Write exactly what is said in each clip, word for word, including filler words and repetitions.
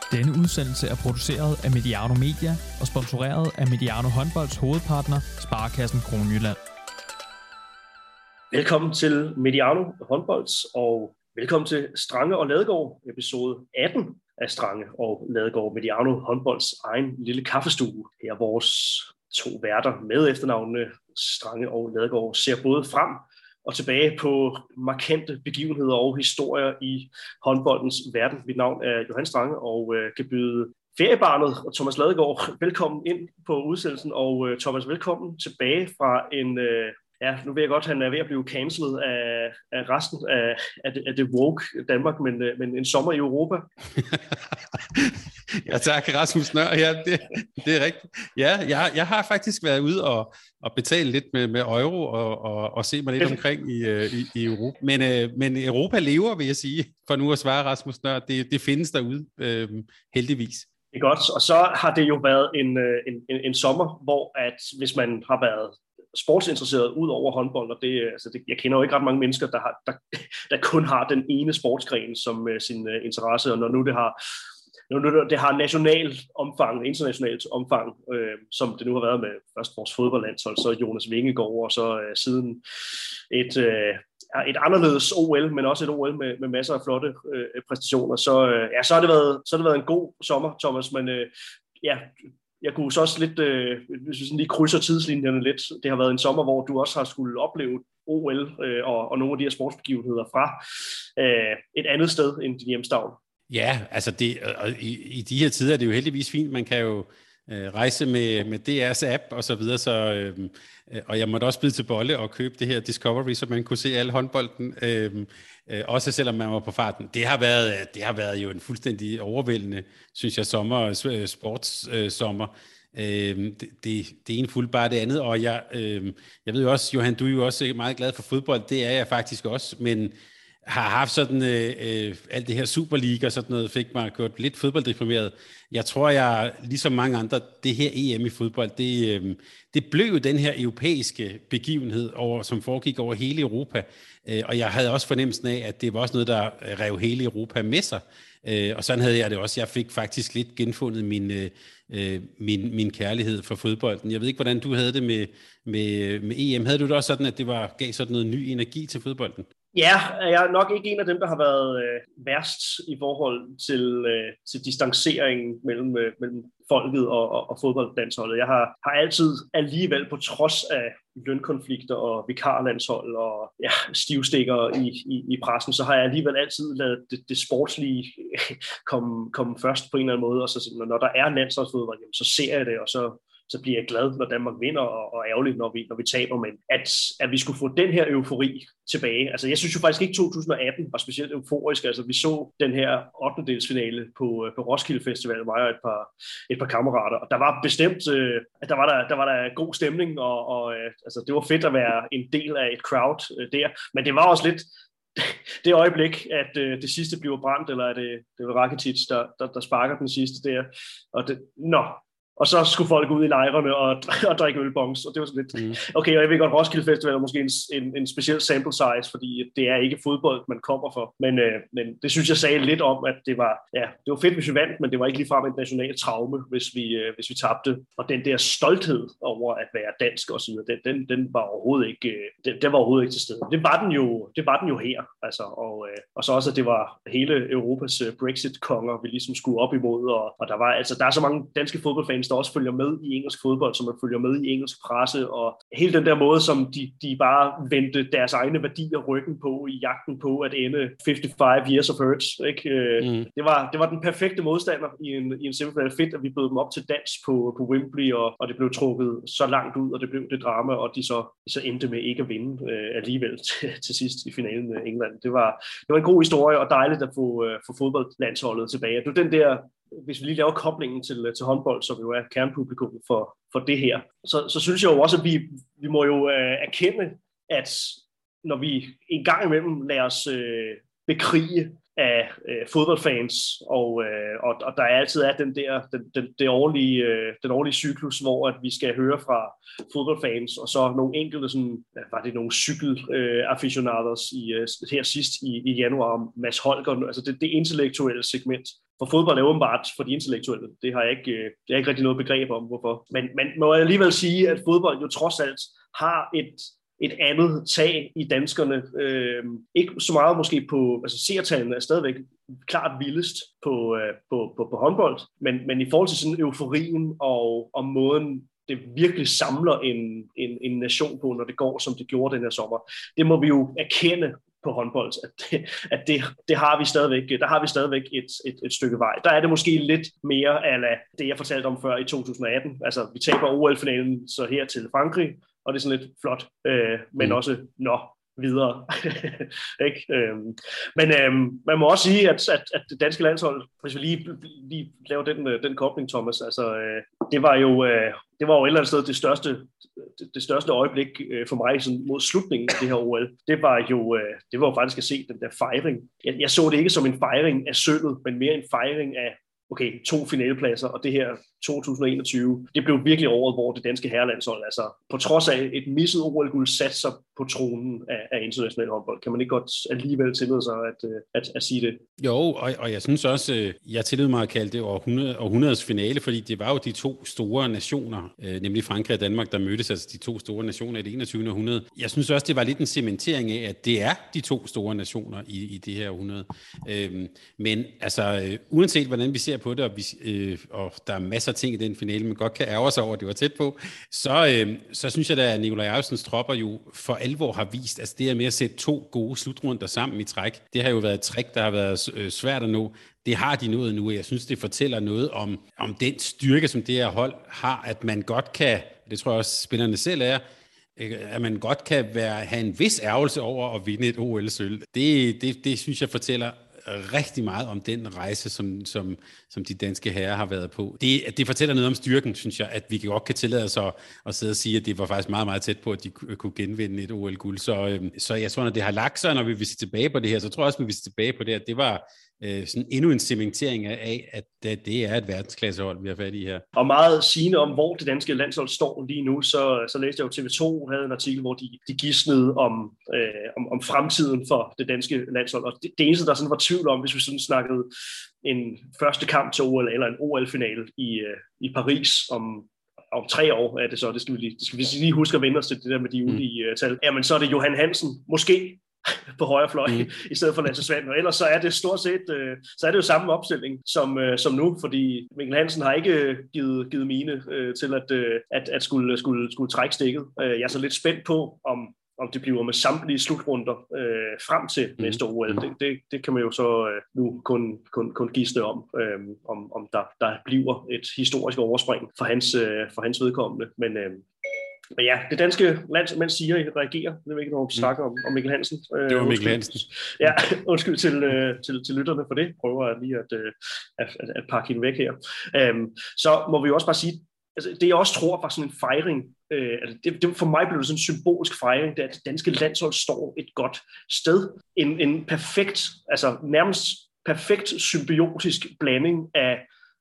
Denne udsendelse er produceret af Mediano Media og sponsoreret af Mediano Håndbolds hovedpartner, Sparekassen Kronjylland. Velkommen til Mediano Håndbolds, og velkommen til Strange og Ladegaard, episode atten af Strange og Ladegaard, Mediano Håndbolds egen lille kaffestue. Her vores to værter med efternavnene Strange og Ladegaard ser både frem og tilbage på markante begivenheder og historier i håndboldens verden. Mit navn er Johan Strange, og øh, kan byde feriebarnet og Thomas Ladegaard velkommen ind på udsendelsen. Og øh, Thomas, velkommen tilbage fra en... Øh, ja, nu ved jeg godt, at han er ved at blive cancelled af, af resten af, af, det, af det woke Danmark, men, øh, men en sommer i Europa. Ja, tak, Rasmus Nør. Ja, det, det er rigtigt. Ja, jeg, jeg har faktisk været ude og, og betale lidt med, med euro og, og, og se mig lidt omkring i, i, i Europa. Men, øh, men Europa lever, vil jeg sige, for nu at svare Rasmus Nør. Det, det findes derude, øh, heldigvis. Det er godt, og så har det jo været en, en, en, en sommer, hvor at hvis man har været sportsinteresseret ud over håndbold, og det, altså det, jeg kender jo ikke ret mange mennesker, der, har, der, der kun har den ene sportsgren som uh, sin uh, interesse, og når nu det har Nu, det har national omfang, internationalt omfang, øh, som det nu har været med først vores fodboldlandshold, så Jonas Vingegaard, og så øh, siden et, øh, et anderledes O L, men også et O L med, med masser af flotte øh, præstationer. Så, øh, ja, så, har det været, så har det været en god sommer, Thomas, men øh, ja, jeg kunne så også lidt, øh, hvis vi sådan lige krydser tidslinjerne lidt, det har været en sommer, hvor du også har skulle opleve O L øh, og, og nogle af de her sportsbegivenheder fra øh, et andet sted end din hjemstavn. Ja, altså det, og i, i de her tider er det jo heldigvis fint. Man kan jo øh, rejse med, med D R's app og så videre, så, øh, og jeg måtte også bide til bolle og købe det her Discovery, så man kunne se alle håndbolden, øh, øh, også selvom man var på farten. Det har været, det har været jo en fuldstændig overvældende, synes jeg, sommer, sportssommer. Øh, det, det, det ene fuldt bare det andet, og jeg, øh, jeg ved jo også, Johan, du er jo også meget glad for fodbold, det er jeg faktisk også, men har haft sådan øh, øh, alt det her Superliga og sådan noget, fik mig gjort lidt fodbolddeprimeret. Jeg tror, jeg, ligesom mange andre, det her E M i fodbold, det, øh, det blev jo den her europæiske begivenhed, over, som foregik over hele Europa. Øh, og jeg havde også fornemmelsen af, at det var også noget, der rev hele Europa med sig. Øh, og sådan havde jeg det også. Jeg fik faktisk lidt genfundet min, øh, min, min kærlighed for fodbolden. Jeg ved ikke, hvordan du havde det med, med, med E M. Havde du det også sådan, at det var, gav sådan noget ny energi til fodbolden? Ja, jeg er nok ikke en af dem, der har været øh, værst i forhold til, øh, til distanceringen mellem, øh, mellem folket og, og, og fodboldlandsholdet. Jeg har, har altid alligevel, på trods af lønkonflikter og vikarlandshold og ja, stivstikker i, i, i pressen, så har jeg alligevel altid ladet det, det sportslige komme, komme først på en eller anden måde. Og så, når der er landsholdsfodbold, så ser jeg det, og så så bliver jeg glad, når Danmark vinder, og, og ærgerligt, når vi, når vi taber. Men at, at vi skulle få den her eufori tilbage. Altså, jeg synes jo faktisk ikke, to tusind og atten var specielt euforisk. Altså, vi så den her ottendedelsfinale på, på Roskilde Festival, mig og et par, et par kammerater. Og der var bestemt, øh, at der var der, der var der god stemning, og, og øh, altså, det var fedt at være en del af et crowd øh, der. Men det var også lidt det øjeblik, at øh, det sidste bliver brændt, eller er det, det var Rakitic, der, der, der sparker den sidste der. Og det, nå... Og så skulle folk ud i lejrene og, og drikke ølbongs, og det var sådan lidt... Mm. Okay, og jeg ved godt, Roskilde Festival er måske en, en, en speciel sample size, fordi det er ikke fodbold, man kommer for. Men, øh, men det synes jeg sagde lidt om, at det var, ja, det var fedt, hvis vi vandt, men det var ikke ligefrem et nationalt traume, hvis vi, øh, hvis vi tabte. Og den der stolthed over at være dansk og så videre, den, den, den var overhovedet ikke, øh, den, den var overhovedet ikke til stede. Det var den jo, det var den jo her, altså. Og, øh, og så også, at det var hele Europas øh, Brexit-konger, vi ligesom skulle op imod, og, og der var, altså, der er så mange danske fodboldfans, der også følger med i engelsk fodbold, som man følger med i engelsk presse, og hele den der måde, som de, de bare vendte deres egne værdier ryggen på, i jagten på at ende femoghalvfems years of hurt, ikke? Mm. Det, var, det var den perfekte modstander i en, i en semifinal. Fedt, at vi bød dem op til dans på, på Wembley, og, og det blev trukket så langt ud, og det blev det drama, og de så, så endte med ikke at vinde øh, alligevel til, til sidst i finalen med England. Det var, det var en god historie, og dejligt at få, øh, få fodboldlandsholdet tilbage. Det var den der, hvis vi lige laver koblingen til, til håndbold, som jo er kernepublikum for, for det her, så, så synes jeg jo også, at vi, vi må jo øh, erkende, at når vi en gang imellem lader os øh, bekrige af øh, fodboldfans, og, øh, og, og der altid er den der den, den, det årlige, øh, den årlige cyklus, hvor at vi skal høre fra fodboldfans, og så nogle enkelte, sådan, var det nogle cykel-aficionados øh, i, øh, her sidst i, i januar, om Mads Holger, altså det, det intellektuelle segment for fodbold er åbenbart for de intellektuelle. Det har jeg ikke, det har jeg ikke rigtig noget begreb om, hvorfor. Men man må alligevel sige, at fodbold jo trods alt har et, et andet tag i danskerne. Øh, ikke så meget måske på, altså seertallene er stadigvæk klart vildest på, øh, på, på, på håndbold, men, men i forhold til sådan euforien og, og måden, det virkelig samler en, en, en nation på, når det går, som det gjorde den her sommer. Det må vi jo erkende på håndbold, at, det, at det, det har vi stadigvæk, der har vi stadigvæk et, et, et stykke vej. Der er det måske lidt mere ala det, jeg fortalte om før i to tusind og atten. Altså, vi taber O L-finalen så her til Frankrig, og det er sådan lidt flot, øh, men mm. også, nå, videre. ikke? Øhm, men øhm, man må også sige, at, at, at det danske landshold, hvis vi lige, lige laver den, den kobling, Thomas, altså, øh, det var jo øh, det var jo et eller andet sted det største, det, det største øjeblik øh, for mig sådan, mod slutningen af det her O L. Det var jo øh, det var jo faktisk at se den der fejring. Jeg, jeg så det ikke som en fejring af sølvet, men mere en fejring af okay, to finalepladser, og det her to tusind og enogtyve, det blev virkelig året, hvor det danske herrelandshold, altså på trods af et misset O L-guld, satte sig på tronen af, af international håndbold. Kan man ikke godt alligevel tillade sig at, at, at sige det? Jo, og, og jeg synes også, jeg tillod mig at kalde det århundrede, århundredets finale, fordi det var jo de to store nationer, øh, nemlig Frankrig og Danmark, der mødtes, altså de to store nationer i det enogtyvende århundrede. Jeg synes også, det var lidt en cementering af, at det er de to store nationer i, i det her århundrede. Øh, men altså, øh, uanset hvordan vi ser på det, og, vi, øh, og der er masser af ting i den finale, man godt kan ærge sig over, at det var tæt på, så, øh, så synes jeg da, at Nikolaj Arvesens tropper jo for alvor har vist, altså det her med at sætte to gode slutrunder sammen i træk, det har jo været et trick, der har været øh, svært at nå. Det har de nået nu, og jeg synes, det fortæller noget om, om den styrke, som det her hold har, at man godt kan, det tror jeg også spillerne selv er, at man godt kan være, have en vis ærgelse over at vinde et O L-sølv. Det, det, det synes jeg fortæller rigtig meget om den rejse, som, som, som de danske herrer har været på. Det, det fortæller noget om styrken, synes jeg, at vi godt kan tillade os at, at sidde og sige, at det var faktisk meget, meget tæt på, at de kunne genvinde et O L-guld. Så, så jeg tror, når det har lagt sig, når vi vil se tilbage på det her, så tror jeg også, at vi vil se tilbage på det, at det var øh, sådan endnu en cementering af, at det er et verdensklassehold, vi har fat i her. Og meget sigende om, hvor det danske landshold står lige nu, så, så læste jeg jo T V to havde en artikel, hvor de, de gidsnede om, øh, om, om fremtiden for det danske landshold. Og det, det eneste, der sådan var tvivl om, hvis vi sådan snakkede en første kamp til O L, eller en O L-finale i, øh, i Paris om om tre år er det så, det skal vi lige, det skal vi lige huske at vende os til det der med de ulige uh, tal. Jamen så er det Johan Hansen, måske på højre fløj, mm. i stedet for Lasse Svand. Og ellers så er det stort set, uh, så er det jo samme opstilling som, uh, som nu, fordi Mikkel Hansen har ikke givet, givet mine uh, til at, uh, at, at skulle, skulle, skulle trække stikket. Uh, jeg er så lidt spændt på, om om det bliver med samtlige slutrunder øh, frem til mm. næste O L. Det, det, det kan man jo så øh, nu kun, kun, kun gisne om, øh, om, om der, der bliver et historisk overspring for hans, øh, for hans vedkommende. Men, øh, men ja, det danske land, man siger, I reagerer. Det er ikke noget, vi snakker om, om Mikkel Hansen. Det var Mikkel Hansen. Ja, undskyld til, øh, til, til lytterne for det. Prøver jeg lige at, øh, at, at, at pakke hende væk her. Øh, så må vi jo også bare sige, altså, det jeg også tror var sådan en fejring, øh, altså det, det, for mig blev det sådan en symbolsk fejring, det er, at det danske landshold står et godt sted. En, en perfekt, altså nærmest perfekt symbiotisk blanding af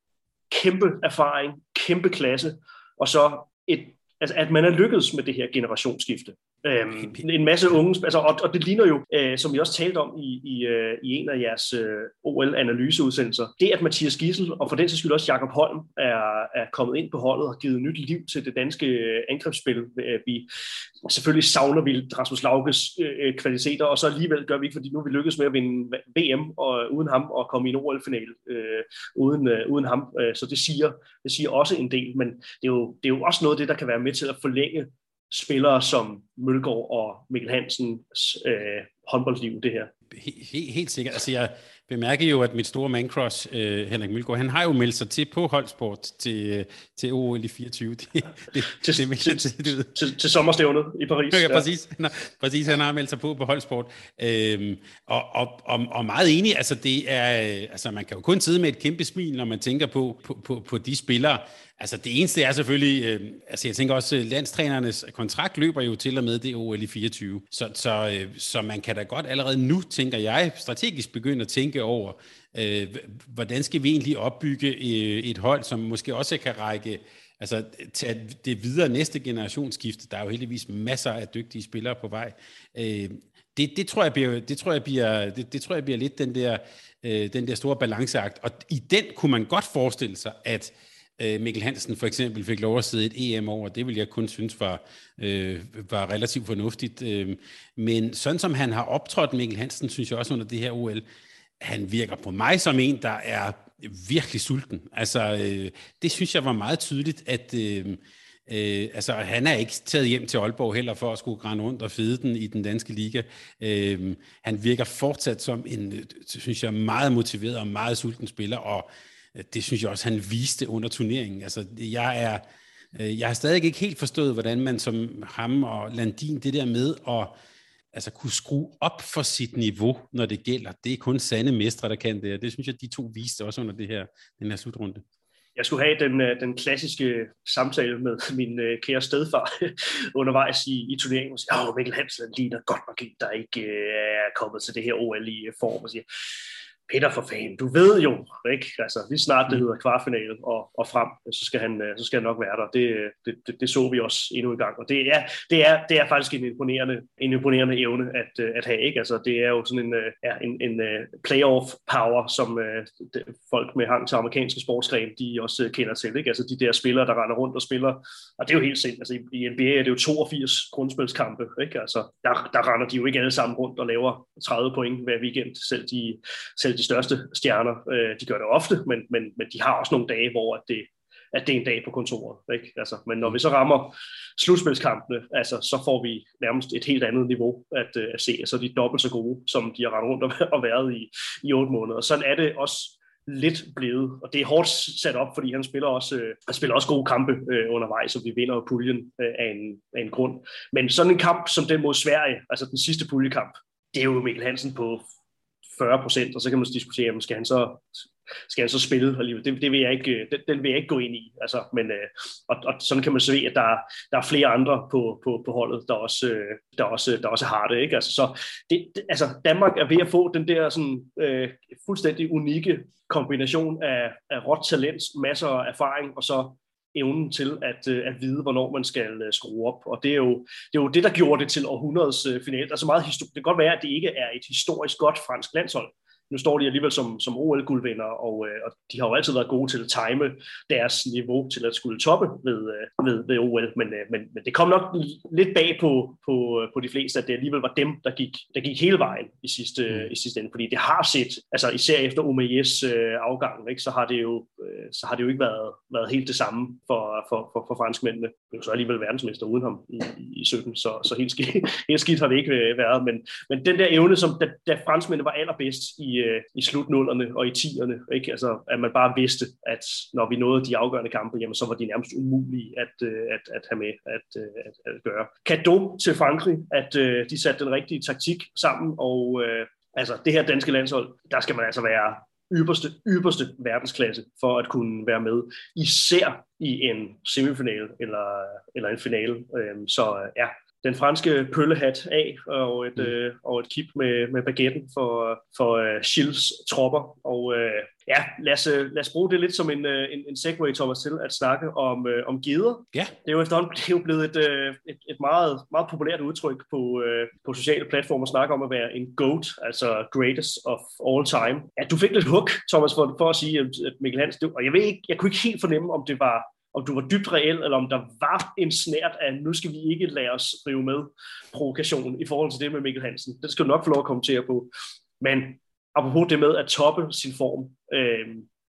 kæmpe erfaring, kæmpe klasse, og så et, altså, at man er lykkedes med det her generationsskifte. Øhm, en masse unge, altså, og, og det ligner jo, øh, som vi også talte om i, i, øh, i en af jeres øh, O L-analyseudsendelser, det at Mathias Gidsel, og for den sags skyld også Jakob Holm, er, er kommet ind på holdet og givet nyt liv til det danske øh, angrebsspil. Øh, vi selvfølgelig savner vi Rasmus Lauges øh, kvaliteter, og så alligevel gør vi ikke, fordi nu er vi lykkedes med at vinde V M og, uden ham og komme i en O L-finale øh, uden, øh, uden ham. Øh, så det siger, det siger også en del, men det er, jo, det er jo også noget af det, der kan være med til at forlænge spillere som Mølgaard og Mikkel Hansens øh, håndboldliv, det her. Helt, helt sikkert. Altså jeg bemærker jo, at mit store mancross, øh, Henrik Mølgaard, han har jo meldt sig til på Holdsport til, til O L i fireogtyve. Det, det, til, det, til, til, til, til, til sommerstævnet i Paris. Ja, præcis. Ja. Præcis, han har meldt sig på på Holdsport. Øhm, og, og, og, og meget enig, altså det er, altså man kan jo kun sidde med et kæmpe smil, når man tænker på, på, på, på de spillere. Altså det eneste er selvfølgelig, øh, altså jeg tænker også, landstrænernes kontrakt løber jo til og med det O L i fireogtyve. Så, så, øh, så man kan da godt allerede nu, tænker jeg, strategisk begynde at tænke over, øh, hvordan skal vi egentlig opbygge øh, et hold, som måske også kan række, altså tage det videre næste generationsskifte. Der er jo heldigvis masser af dygtige spillere på vej. Øh, det, det tror jeg bliver, det tror jeg bliver, det, det tror jeg bliver lidt den der, øh, den der store balanceakt. Og i den kunne man godt forestille sig, at øh, Mikkel Hansen for eksempel fik lov at sidde et E M over. Det vil jeg kun synes var, øh, var relativt fornuftigt. Øh, men sådan som han har optrådt, Mikkel Hansen, synes jeg også under det her O L, han virker på mig som en, der er virkelig sulten. Altså, øh, det synes jeg var meget tydeligt, at øh, øh, altså, han er ikke taget hjem til Aalborg heller for at skulle grænne rundt og fede den i den danske liga. Øh, han virker fortsat som en, synes jeg, meget motiveret og meget sulten spiller, og det synes jeg også, han viste under turneringen. Altså, jeg er, øh, jeg har stadig ikke helt forstået, hvordan man som ham og Landin, det der med at altså kunne skrue op for sit niveau, når det gælder. Det er kun sande mestre, der kan det, og det synes jeg, de to viste også under det her, den her slutrunde. Jeg skulle have den, den klassiske samtale med min uh, kære stedfar undervejs i, i turneringen, og siger, åh, Mikkel Hansen ligner godt nok en, der ikke uh, er kommet til det her O L i form, og siger, Peter, for fanden, du ved jo, ikke? Altså, lige snart det hedder kvartfinale og, og frem, så skal, han, så skal han nok være der. Det, det, det, det så vi også endnu en gang. Og det er, det er, det er faktisk en imponerende, en imponerende evne at, at have, ikke? Altså, det er jo sådan en, ja, en, en playoff power, som uh, folk med hang til amerikanske sportsgrene, de også kender til, ikke? Altså, de der spillere, der render rundt og spiller, og det er jo helt sindssygt. Altså, i, i N B A er det jo toogfirs grundspilskampe, ikke? Altså, der, der render de jo ikke alle sammen rundt og laver tredive point hver weekend, selv de, selv de største stjerner. De gør det ofte, men, men, men de har også nogle dage, hvor at det, at det er en dag på kontoret. Ikke? Altså, men når vi så rammer slutspilskampene, altså, så får vi nærmest et helt andet niveau at, at se. Så de er dobbelt så gode, som de har rendt rundt og været i, i otte måneder. Og sådan er det også lidt blevet, og det er hårdt sat op, fordi han spiller også, øh, han spiller også gode kampe øh, undervejs, så vi vinder jo puljen øh, af, en, af en grund. Men sådan en kamp som den mod Sverige, altså den sidste puljekamp, det er jo Mikkel Hansen på fyrre procent, og så kan man diskutere, skal han så, skal han så spille alligevel. Det, det vil jeg ikke, den, den vil jeg ikke gå ind i. Altså, men, øh, og, og sådan kan man se, at der, der er flere andre på, på, på holdet, der også, der, også, der også har det. Ikke? Altså, så det, det, altså, Danmark er ved at få den der sådan, øh, fuldstændig unikke kombination af, af råt talent, masser af erfaring, og så evnen til at, at vide, hvornår man skal skrue op. Og det er jo det, er jo det der gjorde det til århundredets finale. Der er så meget histori- det kan godt være, at det ikke er et historisk godt fransk landshold. Nu står de alligevel som, som O L-guldvinder, og, og de har jo altid været gode til at time deres niveau til at skulle toppe ved, ved, ved O L, men, men, men det kom nok lidt bag på, på, på de fleste, at det alligevel var dem, der gik, der gik hele vejen i sidste, mm. i sidste ende, fordi det har set, altså især efter Omeyers øh, afgang, ikke, så, har det jo, øh, så har det jo ikke været, været helt det samme for, for, for, for franskmændene. Det er jo så alligevel verdensmester uden ham i, i sytten, så, så helt, skidt, helt skidt har det ikke været, men, men den der evne, som da, da franskmændene var allerbedst i i slutnullerne og i tierne, ikke? Altså, at man bare vidste, at når vi nåede de afgørende kampe, jamen, så var de nærmest umulige at, at, at have med at, at, at gøre. Cadeau til Frankrig, at uh, de satte den rigtige taktik sammen, og uh, altså, det her danske landshold, der skal man altså være ypperste, ypperste verdensklasse for at kunne være med, især i en semifinale eller, eller en finale. Uh, så uh, ja, den franske pøllehat af, og et, mm. øh, og et kip med, med baguetten for, for uh, Schills tropper. Og uh, ja, lad os, lad os bruge det lidt som en, en, en segway, Thomas, til at snakke om, uh, om geder. Ja. Det er jo efterhånden det er jo blevet et, et, et meget, meget populært udtryk på, uh, på sociale platformer at snakke om at være en GOAT, altså greatest of all time. Ja, du fik lidt hook, Thomas, for, for at sige, at Mikkel Hansen, og jeg ved ikke, jeg kunne ikke helt fornemme, om det var om du var dybt reel, eller om der var en snært af, nu skal vi ikke lade os rive med provokation i forhold til det med Mikkel Hansen. Det skal du nok få lov at kommentere på. Men apropos det med at toppe sin form, øh,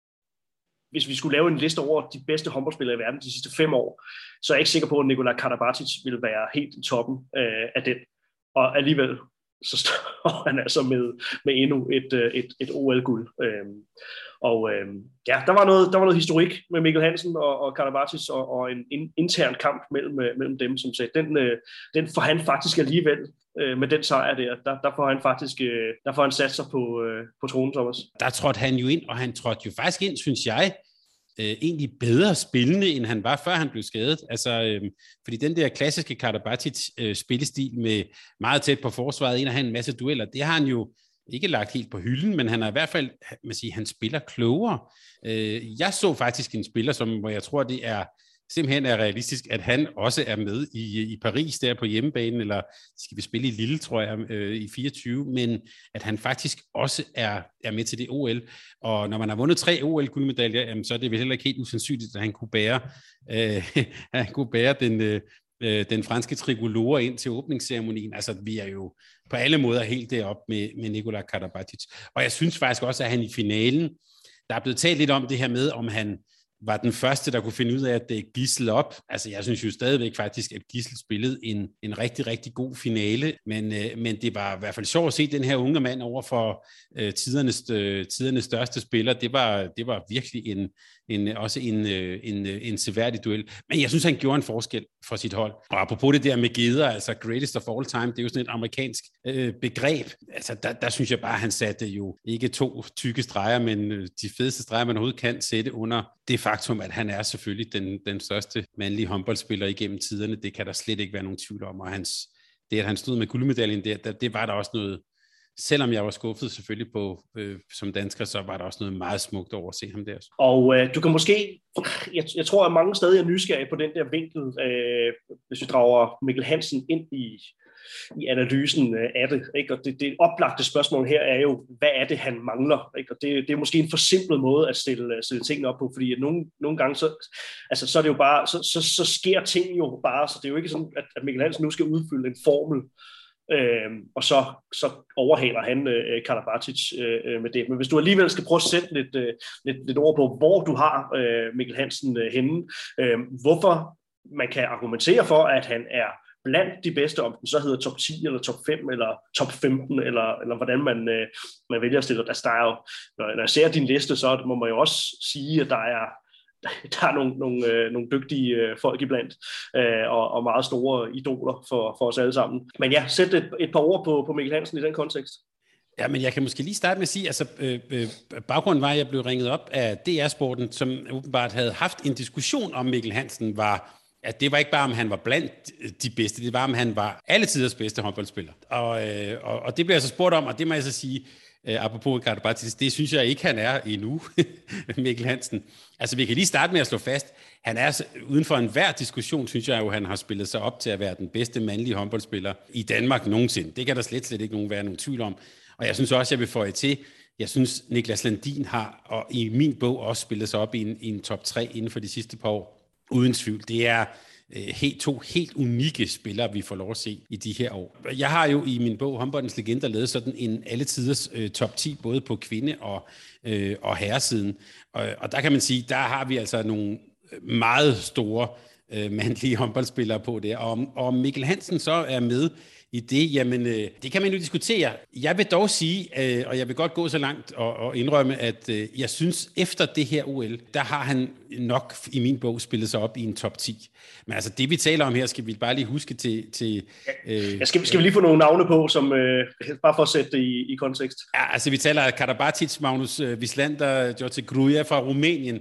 hvis vi skulle lave en liste over de bedste håndboldspillere i verden de sidste fem år, så er jeg ikke sikker på, at Nikola Karabatic ville være helt i toppen øh, af den. Og alligevel så står han altså med, med endnu et, et, et O L-guld. Øhm, og øhm, ja, der var, noget, der var noget historik med Mikkel Hansen og, og Karabatic, og, og en, en intern kamp mellem, mellem dem, som sagde, den, øh, den får han faktisk alligevel øh, med den sejr der. Der, der får han faktisk øh, der får han sat sig på, øh, på tronen, Thomas. Der trådte han jo ind, og han trådte jo faktisk ind, synes jeg, øh, egentlig bedre spillende, end han var, før han blev skadet. Altså, øh, fordi den der klassiske Karabatic-spillestil øh, med meget tæt på forsvaret, ind og have en masse dueller, det har han jo ikke lagt helt på hylden, men han har i hvert fald, man siger, han spiller klogere. Øh, jeg så faktisk en spiller, som, hvor jeg tror, det er simpelthen er realistisk, at han også er med i, i Paris der på hjemmebanen, eller skal vi spille i Lille, tror jeg, øh, i fireogtyve, men at han faktisk også er, er med til det O L. Og når man har vundet tre O L-guldmedaljer, jamen, så er det vel heller ikke helt usandsynligt, at han kunne bære, øh, han kunne bære den, øh, den franske tricolore ind til åbningsceremonien. Altså, vi er jo på alle måder helt deroppe med, med Nikola Karabatic. Og jeg synes faktisk også, at han i finalen, der er blevet talt lidt om det her med, om han var den første, der kunne finde ud af, at det Gissel op. Altså, jeg synes jo stadigvæk faktisk, at Gissel spillede en, en rigtig, rigtig god finale, men, øh, men det var i hvert fald sjovt at se den her unge mand over for øh, tidernes, øh, tidernes største spiller. Det var, det var virkelig en, en, også en, øh, en, en seværdig duel. Men jeg synes, han gjorde en forskel for sit hold. Og apropos det der med geder, altså greatest of all time, det er jo sådan et amerikansk øh, begreb. Altså, der, der synes jeg bare, at han satte jo ikke to tykke streger, men de fedeste streger, man overhovedet kan sætte under det faktum, at han er selvfølgelig den, den største mandlige håndboldspiller igennem tiderne. Det kan der slet ikke være nogen tvivl om. Og hans, det, at han stod med guldmedaljen der, der, det var der også noget, selvom jeg var skuffet selvfølgelig på, øh, som dansker, så var der også noget meget smukt over at se ham der. Og øh, du kan måske, jeg, jeg tror, at mange stadig er nysgerrige på den der vinkel, øh, hvis vi drager Mikkel Hansen ind i, i analysen af det. Ikke? Og det, det oplagte spørgsmål her er jo, hvad er det, han mangler? Ikke? Og det, det er måske en forsimplet måde at stille, stille tingene op på, fordi at nogle, nogle gange, så, altså, så er det jo bare, så, så, så sker ting jo bare, så det er jo ikke sådan, at, at Mikkel Hansen nu skal udfylde en formel, Øhm, og så, så overhaler han øh, Karabatic øh, med det. Men hvis du alligevel skal prøve at sætte lidt, øh, lidt, lidt ord på, hvor du har øh, Mikkel Hansen øh, henne, øh, hvorfor man kan argumentere for, at han er blandt de bedste, om den så hedder top ti, eller top fem, eller top femten, eller, eller hvordan man, øh, man vælger at stille. Der er jo, når jeg ser din liste, så må man jo også sige, at der er der er nogle, nogle, øh, nogle dygtige øh, folk iblandt, øh, og, og meget store idoler for, for os alle sammen. Men ja, sæt et, et par ord på, på Mikkel Hansen i den kontekst. Ja, men jeg kan måske lige starte med at sige, altså øh, øh, baggrunden var, at jeg blev ringet op af D R-sporten, som åbenbart havde haft en diskussion om Mikkel Hansen var, at det var ikke bare, om han var blandt de bedste, det var, om han var alle tiders bedste håndboldspiller. Og, øh, og, og det blev jeg så spurgt om, og det må jeg så sige, Uh, apropos Karabatic, det synes jeg ikke, han er endnu, Mikkel Hansen. Altså, vi kan lige starte med at slå fast, han er uden for enhver diskussion, synes jeg jo, han har spillet sig op til at være den bedste mandlige håndboldspiller i Danmark nogensinde. Det kan der slet, slet ikke nogen være nogen tvivl om. Og jeg synes også, jeg vil føje til, jeg synes, Niklas Landin har, og i min bog også spillet sig op i en, i en top tre inden for de sidste par år. Uden tvivl. Det er Helt, to helt unikke spillere, vi får lov at se i de her år. Jeg har jo i min bog Håndboldens Legender lavet sådan en alle tiders øh, top ti, både på kvinde- og, øh, og herresiden. Og, og der kan man sige, der har vi altså nogle meget store øh, mandlige håndboldspillere på det. Og, og Mikkel Hansen så er med i det, jamen øh, det kan man jo diskutere. Jeg vil dog sige, øh, og jeg vil godt gå så langt og, og indrømme, at øh, jeg synes, efter det her O L, der har han nok i min bog spillet sig op i en top ti. Men altså det, vi taler om her, skal vi bare lige huske til... til øh, ja, skal, skal vi lige få nogle navne på, som øh, bare for at sætte det i, i kontekst? Ja, altså vi taler Karabatic, Magnus øh, Wislander, George Gruja fra Rumænien,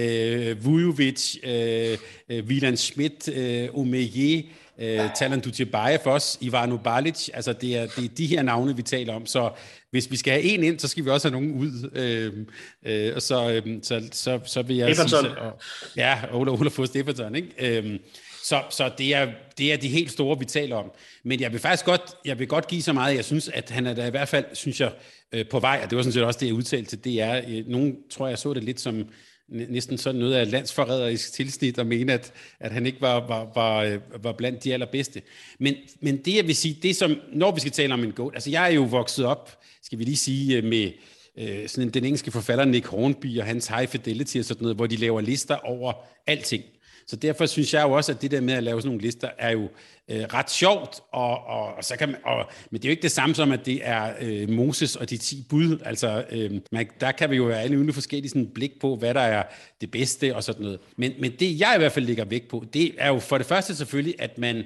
øh, Vujovic, øh, øh, Wieland Schmidt, øh, Omeje, Uh, Talan Dutjebaev også, Ivano Balic, altså det er, det er de her navne, vi taler om, så hvis vi skal have en ind, så skal vi også have nogen ud, uh, uh, og så, uh, så, så, så vil jeg Stefansson. sige, og, ja, Ola, Ola Fogh Stefansson, ikke? Uh, så, så det er, det er de helt store, vi taler om, men jeg vil faktisk godt, jeg vil godt give så meget, jeg synes, at han er der i hvert fald, synes jeg, uh, på vej, og det var sådan set også det, jeg udtalte til D R, uh, nogen tror jeg så det lidt som næsten sådan noget af landsforræderisk tilsnit, og mene, at, at han ikke var, var, var, var blandt de allerbedste. Men, men det, jeg vil sige, det som, når vi skal tale om en GOAT, altså jeg er jo vokset op, skal vi lige sige, med øh, sådan den engelske forfatter Nick Hornby og hans High Fidelity og sådan noget, hvor de laver lister over alting. Så derfor synes jeg jo også, at det der med at lave sådan nogle lister, er jo øh, ret sjovt, og, og, og så kan man, og, men det er jo ikke det samme som, at det er øh, Moses og de ti bud. Altså, øh, man, der kan vi jo have alle mulige forskellige sådan, blik på, hvad der er det bedste og sådan noget. Men, men det, jeg i hvert fald lægger vægt på, det er jo for det første selvfølgelig, at man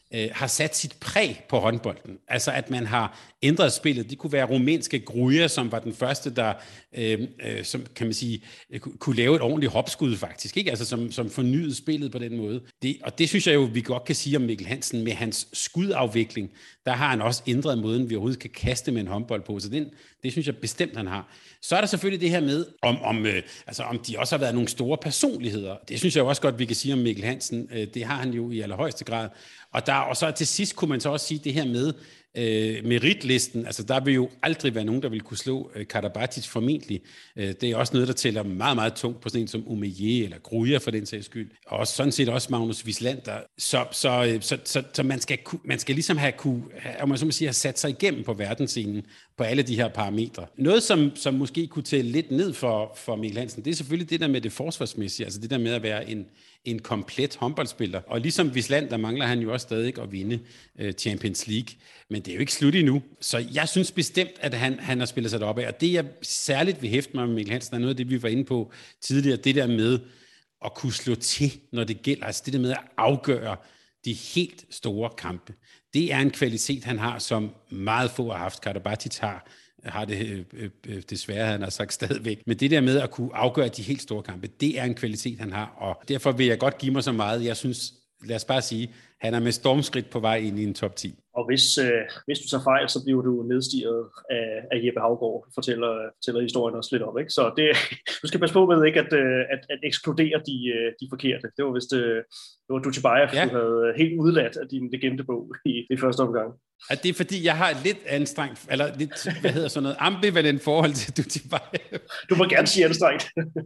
øh, har sat sit præg på håndbolden. Altså at man har ændret spillet. Det kunne være rumænske Gruja, som var den første, der øh, øh, som, kan man sige, øh, kunne lave et ordentligt hopskud faktisk, ikke? Altså som, som fornyede spillet på den måde. Det, og det synes jeg jo, vi godt kan sige om Mikkel Hansen med hans skudafvikling. Der har han også ændret måden, vi overhovedet kan kaste med en håndbold på. Så den, det synes jeg bestemt, han har. Så er der selvfølgelig det her med, om, om, øh, altså, om de også har været nogle store personligheder. Det synes jeg også godt, vi kan sige om Mikkel Hansen. Øh, det har han jo i allerhøjeste grad. Og, der, og så til sidst kunne man så også sige det her med øh, meritlisten. Altså der vil jo aldrig være nogen, der vil kunne slå øh, Karabatic formentlig. Øh, det er også noget, der tæller meget, meget tungt på sådan en som Omeje eller Gruja for den sags skyld. Og sådan set også Magnus Wieslander. Så, så, øh, så, så, så man, skal, man skal ligesom have, kunne, have, man så må sige, have sat sig igennem på verdensscenen på alle de her parametre. Noget, som, som måske kunne tælle lidt ned for, for Mikkel Hansen, det er selvfølgelig det der med det forsvarsmæssige, altså det der med at være en, en komplet håndboldspiller. Og ligesom Wieslander mangler han jo også stadig at vinde uh, Champions League, men det er jo ikke slut endnu. Så jeg synes bestemt, at han, han har spillet sig deroppe af, og det jeg særligt vil hæfte mig med Mikkel Hansen, er noget af det, vi var inde på tidligere, det der med at kunne slå til, når det gælder, altså det der med at afgøre de helt store kampe. Det er en kvalitet, han har, som meget få har haft. Karabatic har, har det øh, øh, desværre, han har sagt stadigvæk. Men det der med at kunne afgøre de helt store kampe, det er en kvalitet, han har. Og derfor vil jeg godt give mig så meget. Jeg synes, lad os bare sige, han er med stormskridt på vej ind i en top ti. Og hvis, øh, hvis du tager fejl, så bliver du nedstiget af, af Jeppe Havgaard, fortæller, fortæller historien også lidt om. Ikke? Så det, du skal passe på med ikke at, at, at ekskludere de, de forkerte. Det var vist det var Dutjebaev, ja. Du havde helt udladt af din legendebog i, i første omgang. Er det fordi, jeg har lidt anstrengt, eller lidt, hvad hedder sådan noget, ambivalent forhold til Dutjebaev? Du må gerne sige anstrengt.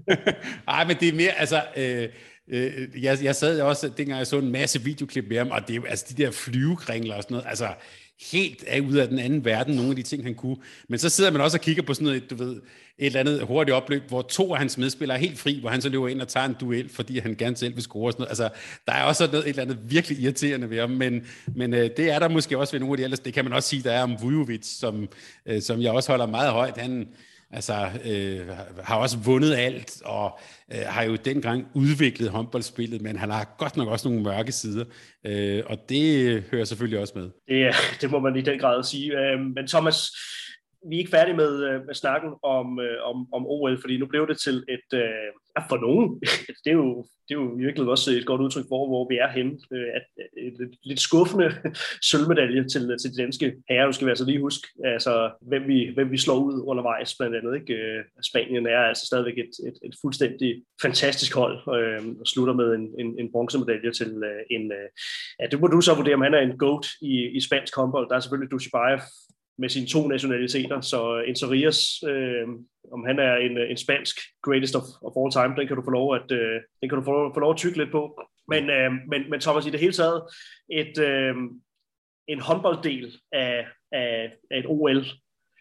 Nej, men det er mere, altså... Øh, Jeg, jeg sad også, dengang jeg så en masse videoklip med ham, og det er jo altså de der flyvekringler og sådan noget, altså helt af ud af den anden verden, nogle af de ting, han kunne. Men så sidder man også og kigger på sådan noget, du ved, et eller andet hurtigt opløb, hvor to af hans medspillere er helt fri, hvor han så løber ind og tager en duel, fordi han gerne selv vil score og sådan noget. Altså, der er også noget, et eller andet virkelig irriterende ved ham, men, men øh, det er der måske også ved nogle af de ellers. Det kan man også sige, der er om Vujovic, som, øh, som jeg også holder meget højt. Han Altså, øh, har også vundet alt, og øh, har jo dengang udviklet håndboldspillet, men han har godt nok også nogle mørke sider, øh, og det hører selvfølgelig også med. Det, det må man i den grad sige. Øh, men Thomas, vi er ikke færdige med, med snakken om, om, om O L, fordi nu blev det til et, øh, for nogen, det er jo, det er jo virkelig også et godt udtryk for, hvor vi er henne, at et lidt skuffende sølvmedalje til, til de danske herrer. Du skal altså lige huske, altså, hvem, vi, hvem vi slår ud undervejs, blandt andet. Ikke? Spanien er altså stadigvæk et, et, et fuldstændig fantastisk hold, øh, og slutter med en, en, en bronzemedalje til øh, en, øh, ja, det må du så vurdere, om han er en goat i, i spansk håndbold. Der er selvfølgelig Dutjebaev med sine to nationaliteter, så Interias, øh, om han er en, en spansk greatest of, of all time, den kan du få lov at, øh, den kan du få, få lov at tykke lidt på. Men, øh, men, men Thomas, i det hele taget, et, øh, en håndbolddel af, af, af et O L,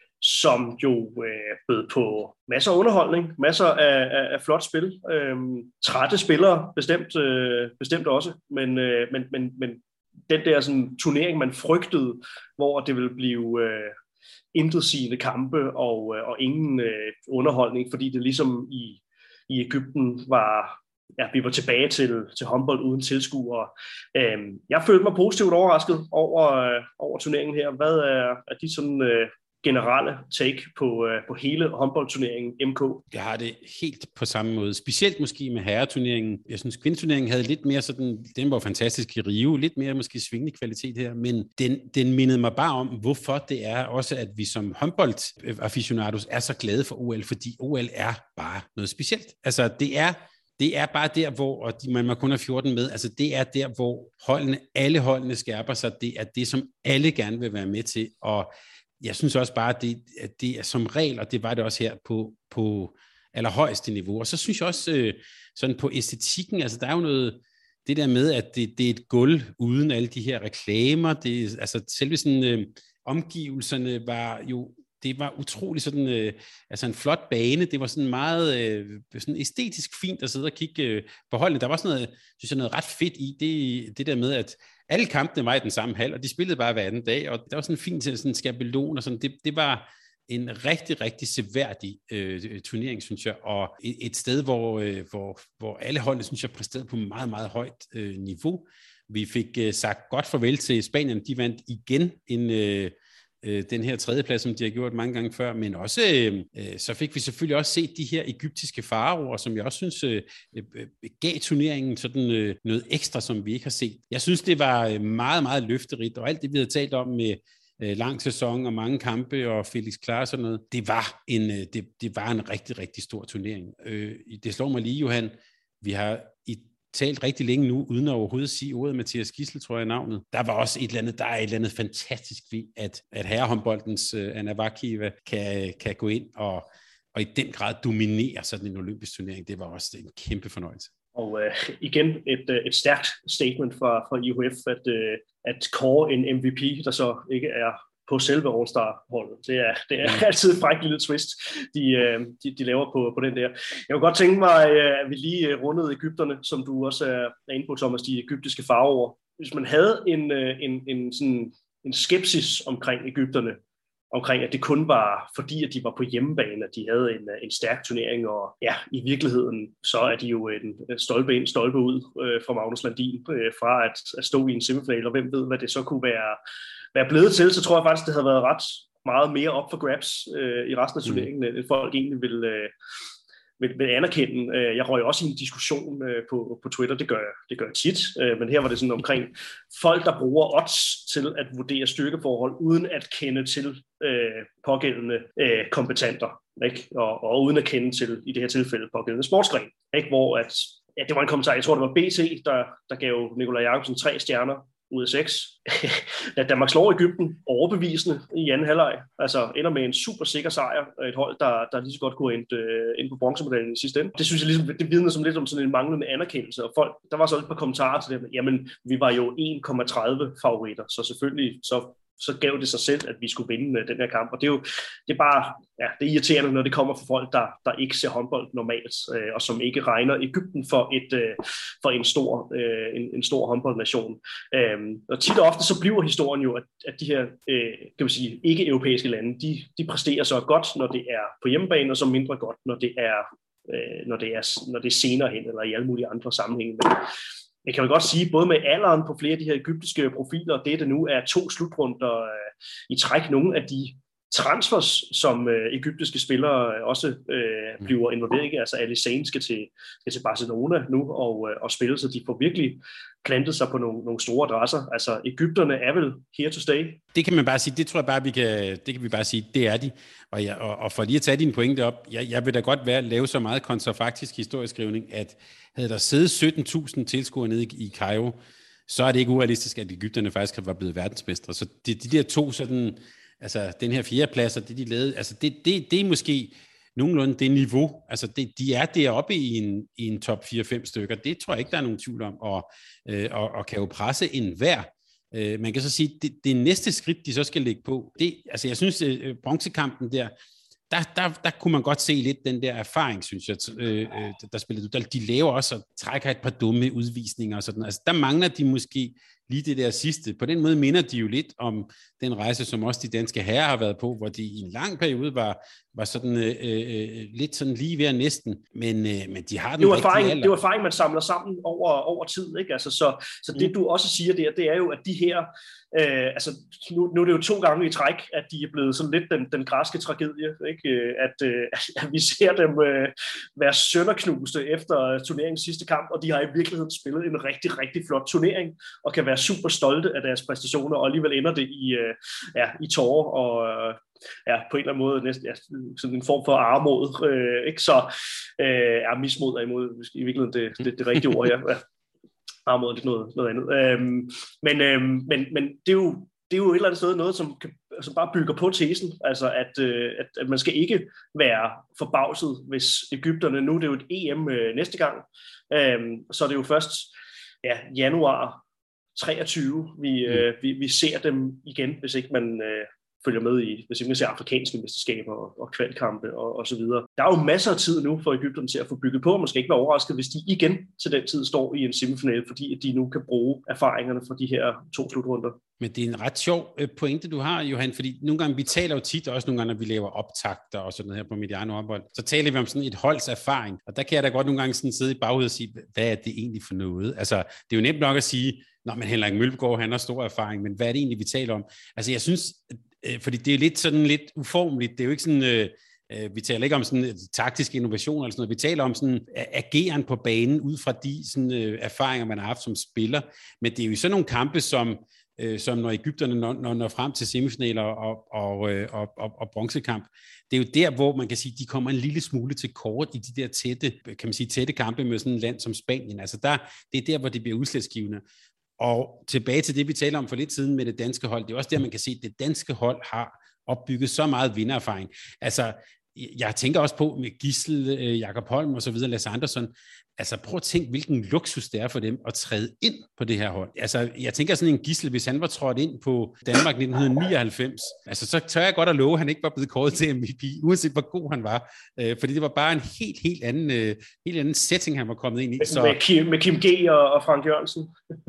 som jo øh, bød på masser af underholdning, masser af, af, af flot spil, øh, trætte spillere bestemt, øh, bestemt også, men, øh, men, men, men den der sådan, turnering, man frygtede, hvor det ville blive øh, intetsigende kampe og, øh, og ingen øh, underholdning, fordi det ligesom i, i Egypten var, ja, vi var tilbage til, til håndbold uden tilskuere. Øh, jeg følte mig positivt overrasket over, øh, over turneringen her. Hvad er, er de sådan øh, generelle take på, øh, på hele håndboldturneringen M K? Jeg har det helt på samme måde. Specielt måske med herreturneringen. Jeg synes, kvindeturneringen havde lidt mere sådan, den var fantastisk i Rio, lidt mere måske svingende kvalitet her, men den, den mindede mig bare om, hvorfor det er også, at vi som håndboldaficionados er så glade for O L, fordi O L er bare noget specielt. Altså, det er Det er bare der, hvor, og man må kun have fjorten med, altså det er der, hvor holdene, alle holdene skærper sig. Det er det, som alle gerne vil være med til, og jeg synes også bare, at det, at det er som regel, og det var det også her på, på allerhøjeste niveau. Og så synes jeg også øh, sådan på æstetikken, altså der er jo noget, det der med, at det, det er et gulv uden alle de her reklamer. Det, altså selve sådan, øh, omgivelserne var jo, det var utrolig sådan, øh, altså en flot bane. Det var sådan meget øh, sådan æstetisk fint at sidde og kigge øh, på holdene. Der var sådan noget, synes jeg, noget ret fedt i det, det der med, at alle kampene var i den samme hal, og de spillede bare hver anden dag, og der var sådan en fint sådan en skabelon, og sådan, det, det var en rigtig, rigtig seværdig øh, turnering, synes jeg, og et, et sted, hvor, øh, hvor, hvor alle holdene, synes jeg, præsterede på meget, meget højt øh, niveau, Vi fik uh, sagt godt farvel til Spanien. De vandt igen en... Uh, den her tredjeplads, som de har gjort mange gange før, men også, øh, så fik vi selvfølgelig også set de her egyptiske faraoer, som jeg også synes øh, gav turneringen sådan øh, noget ekstra, som vi ikke har set. Jeg synes, det var meget, meget løfterigt, og alt det, vi havde talt om med øh, lang sæson og mange kampe og Felix Klar og sådan noget, det var en, øh, det, det var en rigtig, rigtig stor turnering. Øh, det slår mig lige, Johan, vi har i talt rigtig længe nu, uden at overhovedet sige ordet Mathias Gidsel, tror jeg navnet. Der var også et eller andet, der er et eller andet fantastisk ved, at, at herrehåndboldens uh, Anna Vakiva kan, kan gå ind og, og i den grad dominere sådan en olympisk turnering. Det var også en kæmpe fornøjelse. Og øh, igen et, et stærkt statement fra, fra I H F, at, øh, at kåre en M V P, der så ikke er på selve All-Star-holdet. Det er, det er mm. altid et frækt lille twist, de, de, de laver på, på den der. Jeg kunne godt tænke mig, at vi lige rundede Egypterne, som du også er inde på, Thomas, de egyptiske farver. Hvis man havde en, en, en, sådan, en skepsis omkring Egypterne, omkring at det kun var fordi, at de var på hjemmebane, at de havde en, en stærk turnering, og ja, i virkeligheden, så er de jo en stolpe ind, stolpe ud øh, fra Magnus Landin, øh, fra at, at stå i en semifinal, og hvem ved, hvad det så kunne være, være blevet til, så tror jeg faktisk, det havde været ret meget mere op for grabs øh, i resten af turneringen, mm. end folk egentlig vil, øh, vil, vil anerkende. Jeg røg også i en diskussion øh, på, på Twitter, det gør, jeg, det gør jeg tit, øh, men her var det sådan omkring folk, der bruger odds til at vurdere styrkeforhold, uden at kende til øh, pågældende øh, kompetenter, ikke? Og, og uden at kende til, i det her tilfælde, pågældende sportsgren, ikke? Hvor at, ja, det var en kommentar, jeg tror det var B T, der, der gav Nikolaj Jacobsen tre stjerner ud af seks. Da Danmark slår Egypten overbevisende i anden halvleg, altså ender med en super sikker sejr, et hold, der, der lige så godt kunne ind, uh, ind på bronzemedaljen i sidste ende. Det synes jeg ligesom, det vidner som lidt om sådan en manglende anerkendelse, og folk, der var så et par kommentarer til det, jamen, vi var jo en komma tredive favoritter, så selvfølgelig, så så gav det sig selv, at vi skulle vinde den her kamp. Og det er jo det er bare ja, det er irriterende, når det kommer fra folk, der, der ikke ser håndbold normalt, øh, og som ikke regner Egypten for, et, øh, for en, stor, øh, en, en stor håndboldnation. Øh, og tit og ofte så bliver historien jo, at, at de her øh, kan man sige, ikke-europæiske lande, de, de præsterer så godt, når det er på hjemmebane, og så mindre godt, når det er, øh, når det er, når det er senere hen, eller i alle mulige andre sammenhænge. Men jeg kan jo godt sige, både med alderen på flere af de her egyptiske profiler, og det, det nu er to slutrunder øh, i træk, nogle af de transfers, som øh, egyptiske spillere også øh, bliver involveret i. Altså Ali Sane skal til, skal til Barcelona nu og, øh, og spille, så de får virkelig plantet sig på nogle, nogle store adresser. Altså Egypterne er vel here to stay. Det kan man bare sige, det tror jeg bare, vi kan, det kan vi bare sige, det er de. Og, jeg, og, og for lige at tage dine pointe op, jeg, jeg vil da godt være lave så meget kontrafaktisk historieskrivning, at havde der siddet sytten tusind tilskuere nede i, i Cairo, så er det ikke urealistisk, at Egypterne faktisk var blevet verdensmestre. Så det, de der to sådan, altså den her fjerdeplads og det, de lavede, altså det, det, det er måske nogenlunde det niveau. Altså det, de er deroppe i en, i en top fire fem stykker. Det tror jeg ikke, der er nogen tvivl om, og, øh, og, og kan jo presse enhver. Øh, man kan så sige, det, det næste skridt, de så skal lægge på, det, altså jeg synes, øh, bronzekampen der, Der, der, der kunne man godt se lidt den der erfaring, synes jeg, øh, der spillede ud. De laver også og trækker et par dumme udvisninger og sådan. Altså, der mangler de måske lige det der sidste. På den måde minder de jo lidt om den rejse, som også de danske herrer har været på, hvor de i en lang periode var, var sådan øh, øh, lidt sådan lige ved næsten, men, øh, men de har den rigtige erfaring. Det er jo erfaring, man samler sammen over, over tid, ikke? Altså, så, så det, mm. du også siger der, det er jo, at de her Øh, altså, nu, nu er det jo to gange i træk, at de er blevet sådan lidt den, den græske tragedie, ikke? At, øh, at vi ser dem øh, være sønderknuste efter turneringens sidste kamp, og de har i virkeligheden spillet en rigtig, rigtig flot turnering, og kan være super stolte af deres præstationer, og alligevel ender det i, øh, ja, i tårer, og øh, ja, på en eller anden måde næsten ja, sådan en form for armod, øh, ikke? Så øh, ja, mismod er imod, i virkeligheden det, det, det rigtige ord, ja. Armod lidt noget, noget andet. Øhm, men, øhm, men, men det, er jo, det er jo et eller andet sted noget, som, kan, som bare bygger på tesen, altså at, øh, at, at man skal ikke være forbavset, hvis Egypterne, nu er det jo et E M øh, næste gang, øhm, så er det jo først ja, januar treogtyve, vi, øh, vi, vi ser dem igen, hvis ikke man, øh, følger med i, hvis vi ser afrikanske mesterskaber og, og kvalkampe og, og så videre. Der er jo masser af tid nu for Egypten til at få bygget på. Man skal ikke være overrasket, hvis de igen til den tid står i en semifinale, fordi at de nu kan bruge erfaringerne fra de her to slutrunder. Men det er en ret sjov pointe, du har, Johan, fordi nogle gange, vi taler jo tit, også nogle gange, når vi laver optakter og sådan noget her på Mediano håndbold, så taler vi om sådan et holds erfaring, og der kan jeg da godt nogle gange sådan sidde i baghovedet og sige, hvad er det egentlig for noget? Altså, det er jo nemt nok at sige, nå, men Henrik Mølgaard, han har stor erfaring, men hvad er det egentlig, vi taler om? Altså, jeg synes, øh, fordi det er lidt sådan lidt uformeligt, det er jo ikke sådan... Øh, Vi taler ikke om sådan taktisk innovation eller sådan noget. Vi taler om sådan ageren på banen ud fra de sådan, øh, erfaringer, man har haft som spiller. Men det er jo sådan nogle kampe, som, øh, som når Egypterne når, når, når frem til semifinaler og, og, øh, og, og, og bronzekamp. Det er jo der, hvor man kan sige, de kommer en lille smule til kort i de der tætte, kan man sige, tætte kampe med sådan et land som Spanien. Altså der, det er der, hvor det bliver udslagsgivende. Og tilbage til det, vi taler om for lidt siden med det danske hold. Det er også der, man kan se, at det danske hold har opbygget så meget vindererfaring. Altså, jeg tænker også på med Gissel, Jakob Holm og så videre, Lasse Andersson. Altså prøv at tænke, hvilken luksus det er for dem at træde ind på det her hold. Altså jeg tænker sådan en Gissel, hvis han var trådt ind på Danmark nitten nioghalvfems, altså så tør jeg godt at love, at han ikke var blevet kåret til M V P, uanset hvor god han var. Øh, fordi det var bare en helt, helt anden, øh, helt anden setting, han var kommet ind i. Så... Med, Kim, med Kim G og, og Frank Jørgensen.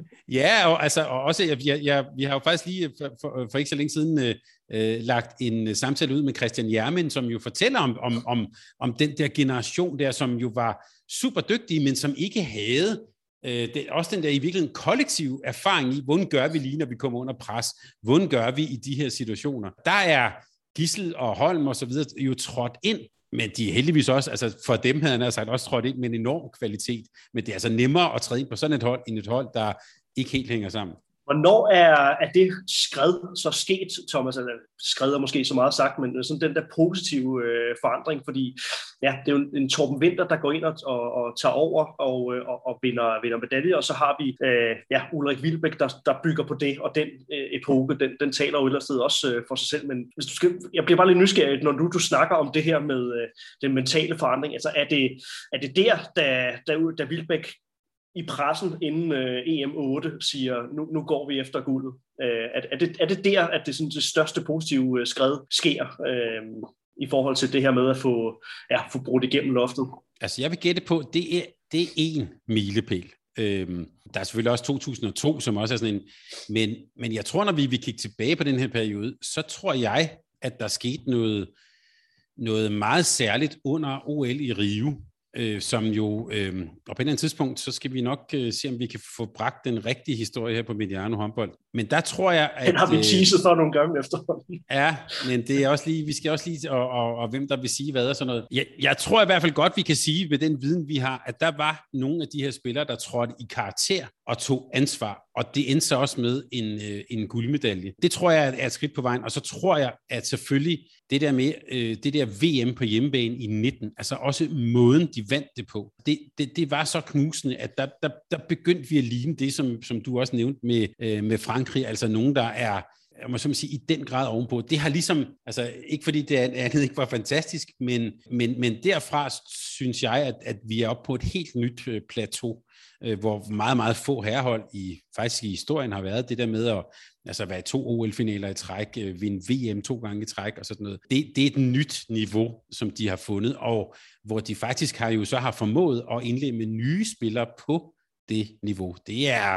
Ja, og, altså, og også, jeg, jeg, jeg, vi har jo faktisk lige for, for, for ikke så længe siden øh, øh, lagt en samtale ud med Christian Jermin, som jo fortæller om, om, om, om den der generation der, som jo var super dygtige, men som ikke havde øh, det, også den der i virkeligheden kollektiv erfaring i, hvordan gør vi lige, når vi kommer under pres? Hvordan gør vi i de her situationer? Der er Gissel og Holm og så videre jo trådt ind, men de er heldigvis også, altså for dem havde han sagt, også trådt ind med en enorm kvalitet, men det er altså nemmere at træde ind på sådan et hold, end et hold, der ikke helt hænger sammen. Hvornår er, er det skred så sket, Thomas? Altså, skred er måske så meget sagt, men sådan den der positive øh, forandring, fordi ja, det er jo en, en Torben Winther, der går ind og, og, og tager over og, og, og vinder, vinder medalje, og så har vi øh, ja, Ulrik Wilbæk, der, der bygger på det, og den øh, epoke, den, den taler jo et eller andet sted også øh, for sig selv, men hvis du skal, jeg bliver bare lidt nysgerrig, når du, du snakker om det her med øh, den mentale forandring, altså er det, er det der, da, da, da Wilbæk i pressen inden øh, E M otte siger, nu, nu går vi efter guldet. Øh, er, er, det, er det der, at det, sådan, det største positive øh, skred sker øh, i forhold til det her med at få, ja, få brudt igennem loftet? Altså jeg vil gætte på, det er, det er en milepæl. Øhm, der er selvfølgelig også to tusind og to, som også er sådan en, men, men jeg tror, når vi vil kigge tilbage på den her periode, så tror jeg, at der skete noget, noget meget særligt under O L i Rio, Øh, som jo, øh, og på et eller andet tidspunkt, så skal vi nok øh, se, om vi kan få bragt den rigtige historie her på Mediano håndbold. Men der tror jeg, at... Den har vi teaset for nogle gange efterhånden. Ja, men det er også lige, vi skal også lige, og, og, og hvem der vil sige hvad og sådan noget. Jeg, jeg tror i hvert fald godt, vi kan sige ved den viden, vi har, at der var nogle af de her spillere, der trådte i karakter og tog ansvar, og det endte så også med en, øh, en guldmedalje. Det tror jeg er et skridt på vejen, og så tror jeg, at selvfølgelig det der med øh, det der V M på hjemmebane i nitten, altså også måden, de vandt det på, det, det, det var så knusende, at der, der, der begyndte vi at ligne det, som, som du også nævnte med, øh, med Frankrig, altså nogen, der er, jeg må så sige, i den grad ovenpå. Det har ligesom, altså ikke fordi det andet ikke var fantastisk, men, men, men derfra synes jeg, at, at vi er oppe på et helt nyt øh, plateau, øh, hvor meget, meget få herrehold i, faktisk i historien har været det der med at altså være to O L-finaler i træk, øh, vinde V M to gange i træk og sådan noget. Det, det er et nyt niveau, som de har fundet, og hvor de faktisk har jo så har formået at indlede med nye spillere på det niveau. Det er,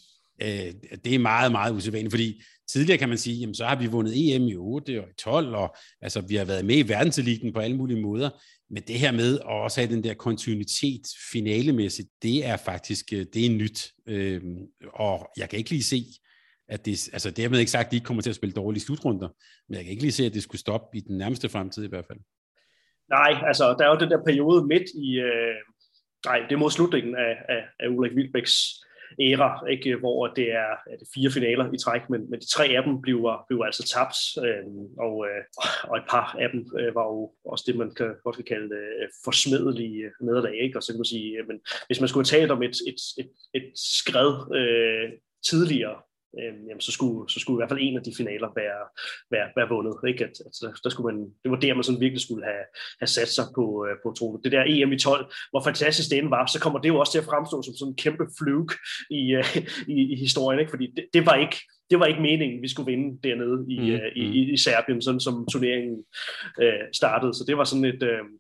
øh, det er meget, meget usædvanligt, fordi tidligere kan man sige, jamen så har vi vundet E M i otte og i tolv, og altså vi har været med i verdenseliten på alle mulige måder, men det her med at også have den der kontinuitet finalemæssigt, det er faktisk, det er nyt, øh, og jeg kan ikke lige se, at det, altså dermed ikke sagt, at de ikke kommer til at spille dårlige slutrunder, men jeg kan ikke lige se, at det skulle stoppe i den nærmeste fremtid i hvert fald. Nej, altså der er jo den der periode midt i, øh, nej, det er mod slutningen af, af, af Ulrik Wilbæks æra, ikke, hvor det er, er det fire finaler i træk, men, men de tre af dem bliver, bliver altså tabt, øh, og, øh, og et par af dem øh, var jo også det, man kan, godt kan kalde øh, forsmedelige nederlag, ikke? Og så kan man sige, øh, men hvis man skulle have talt om et, et, et, et skred øh, tidligere, øh, jamen, så, skulle, så skulle i hvert fald en af de finaler være, være, være vundet. Ikke? At, at, der skulle man, det var der, man sådan virkelig skulle have, have sat sig på, øh, på tronen. Det der E M i tolv, hvor fantastisk det var, så kommer det jo også til at fremstå som sådan en kæmpe fluke i, øh, i, i historien. Ikke? Fordi det, det var ikke Det var ikke meningen, vi skulle vinde dernede i, mm, uh, i, i, i Serbien, sådan som turneringen uh, startede. Så det var sådan et, uh,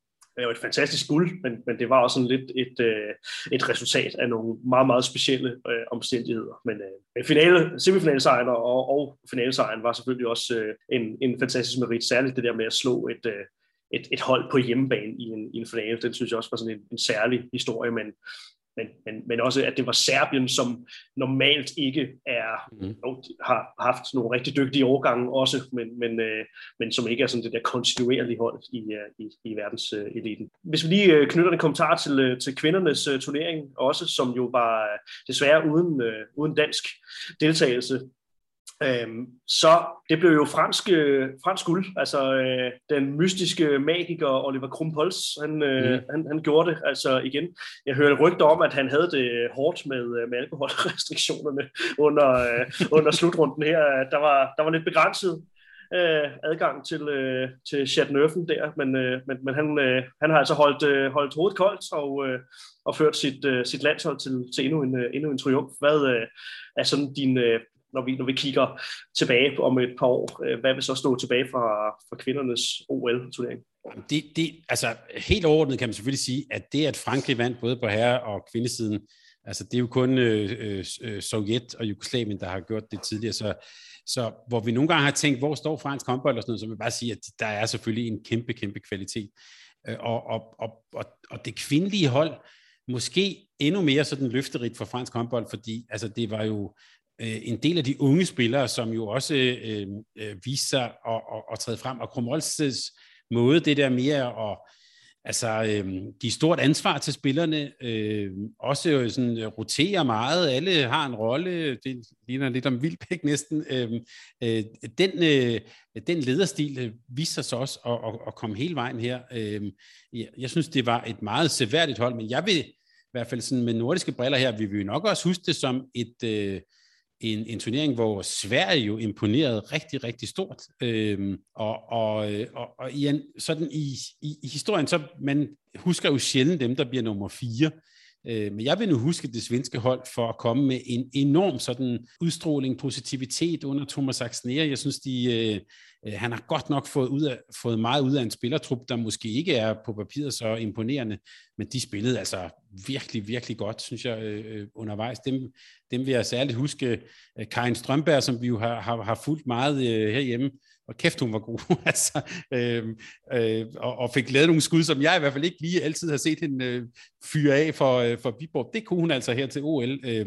et fantastisk guld, men, men det var også sådan lidt et, uh, et resultat af nogle meget, meget specielle uh, omstændigheder. Men uh, finale, semifinalesejren og, og finalesejren var selvfølgelig også uh, en, en fantastisk merit, særligt det der med at slå et, uh, et, et hold på hjemmebane i en, i en finale. Den synes jeg også var sådan en, en særlig historie, men Men, men, men også, at det var Serbien, som normalt ikke er, mm. jo, har haft nogle rigtig dygtige årgange også, men, men, øh, men som ikke er sådan det der kontinuerlige hold i, i, i verdenseliten. Øh, Hvis vi lige knytter en kommentar til, til kvindernes uh, turnering også, som jo var desværre uden, uh, uden dansk deltagelse, Øhm, så det blev jo fransk, øh, fransk guld. Altså øh, den mystiske magiker Oliver Krumpholz, han, øh, mm. han, han gjorde det altså igen. Jeg hørte rygter om, at han havde det hårdt med, med alkoholrestriktionerne under, øh, under slutrunden her. Der var, der var lidt begrænset øh, adgang til, øh, til Chatnøffen der, men, øh, men, men han, øh, han har altså holdt, øh, holdt hovedet koldt og, øh, og ført sit, øh, sit landshold til, til endnu, en, endnu en triumf. Hvad øh, er sådan din... Øh, Når vi, når vi kigger tilbage om et par år, hvad vil så stå tilbage fra, fra kvindernes O L-turnering? Det, det, altså helt overordnet kan man selvfølgelig sige, at det, at Frankrig vandt både på herre- og kvindesiden, altså det er jo kun øh, øh, Sovjet og Jugoslavien, der har gjort det tidligere, så, så hvor vi nogle gange har tænkt, hvor står fransk håndbold og sådan noget, så vil jeg bare sige, at der er selvfølgelig en kæmpe, kæmpe kvalitet. Og, og, og, og, og det kvindelige hold, måske endnu mere sådan løfterigt for fransk håndbold, fordi altså det var jo en del af de unge spillere, som jo også øh, øh, viste sig at, at, at træde frem, og Krumpholz's måde, det der mere at altså, øh, give stort ansvar til spillerne, øh, også sådan, rotere meget, alle har en rolle, det ligner lidt om Wilbæk næsten, øh, øh, den, øh, den lederstil viste sig så også at, at, at komme hele vejen her. Øh, jeg, jeg synes, det var et meget seværdigt hold, men jeg vil i hvert fald sådan med nordiske briller her, vi vil nok også huske det som et øh, En, en turnering, hvor Sverige jo imponerede rigtig, rigtig stort. Øhm, og, og, og, og i, en, sådan i, i, i historien, så man husker jo sjældent dem, der bliver nummer fire. Øh, men jeg vil nu huske det svenske hold for at komme med en enorm sådan udstråling, positivitet under Thomas Axnér. Jeg synes, de, øh, han har godt nok fået, ud af, fået meget ud af en spillertrup, der måske ikke er på papiret så imponerende, men de spillede altså virkelig, virkelig godt, synes jeg, øh, undervejs. Dem, dem vil jeg særligt huske. Øh, Karin Strømberg, som vi jo har, har, har fulgt meget øh, herhjemme, og kæft, hun var god, altså, øh, øh, og, og fik lavet nogle skud, som jeg i hvert fald ikke lige altid har set hende øh, fyre af for, øh, for Viborg. Det kunne hun altså her til O L. Øh,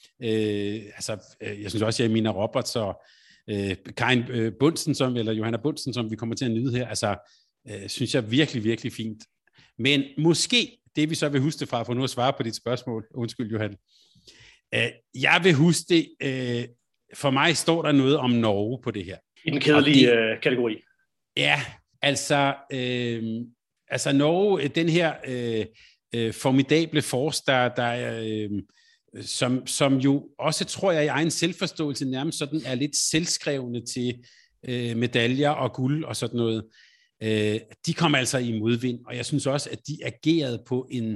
øh, altså, øh, jeg synes også, at Mina Roberts og øh, Karin øh, Bundsen, som, eller Johanna Bundsen, som vi kommer til at nyde her, altså, øh, synes jeg virkelig, virkelig fint. Men måske, det vi så vil huske fra, for nu at svare på dit spørgsmål, undskyld Johan, øh, jeg vil huske det, øh, for mig står der noget om Norge på det her. I den kedelige det, øh, kategori. Ja, altså, øh, altså Norge, den her øh, øh, formidable force, der, der øh, som, som jo også, tror jeg, i egen selvforståelse nærmest sådan er lidt selvskrevne til øh, medaljer og guld og sådan noget. Øh, de kom altså i modvind, og jeg synes også, at de agerede på en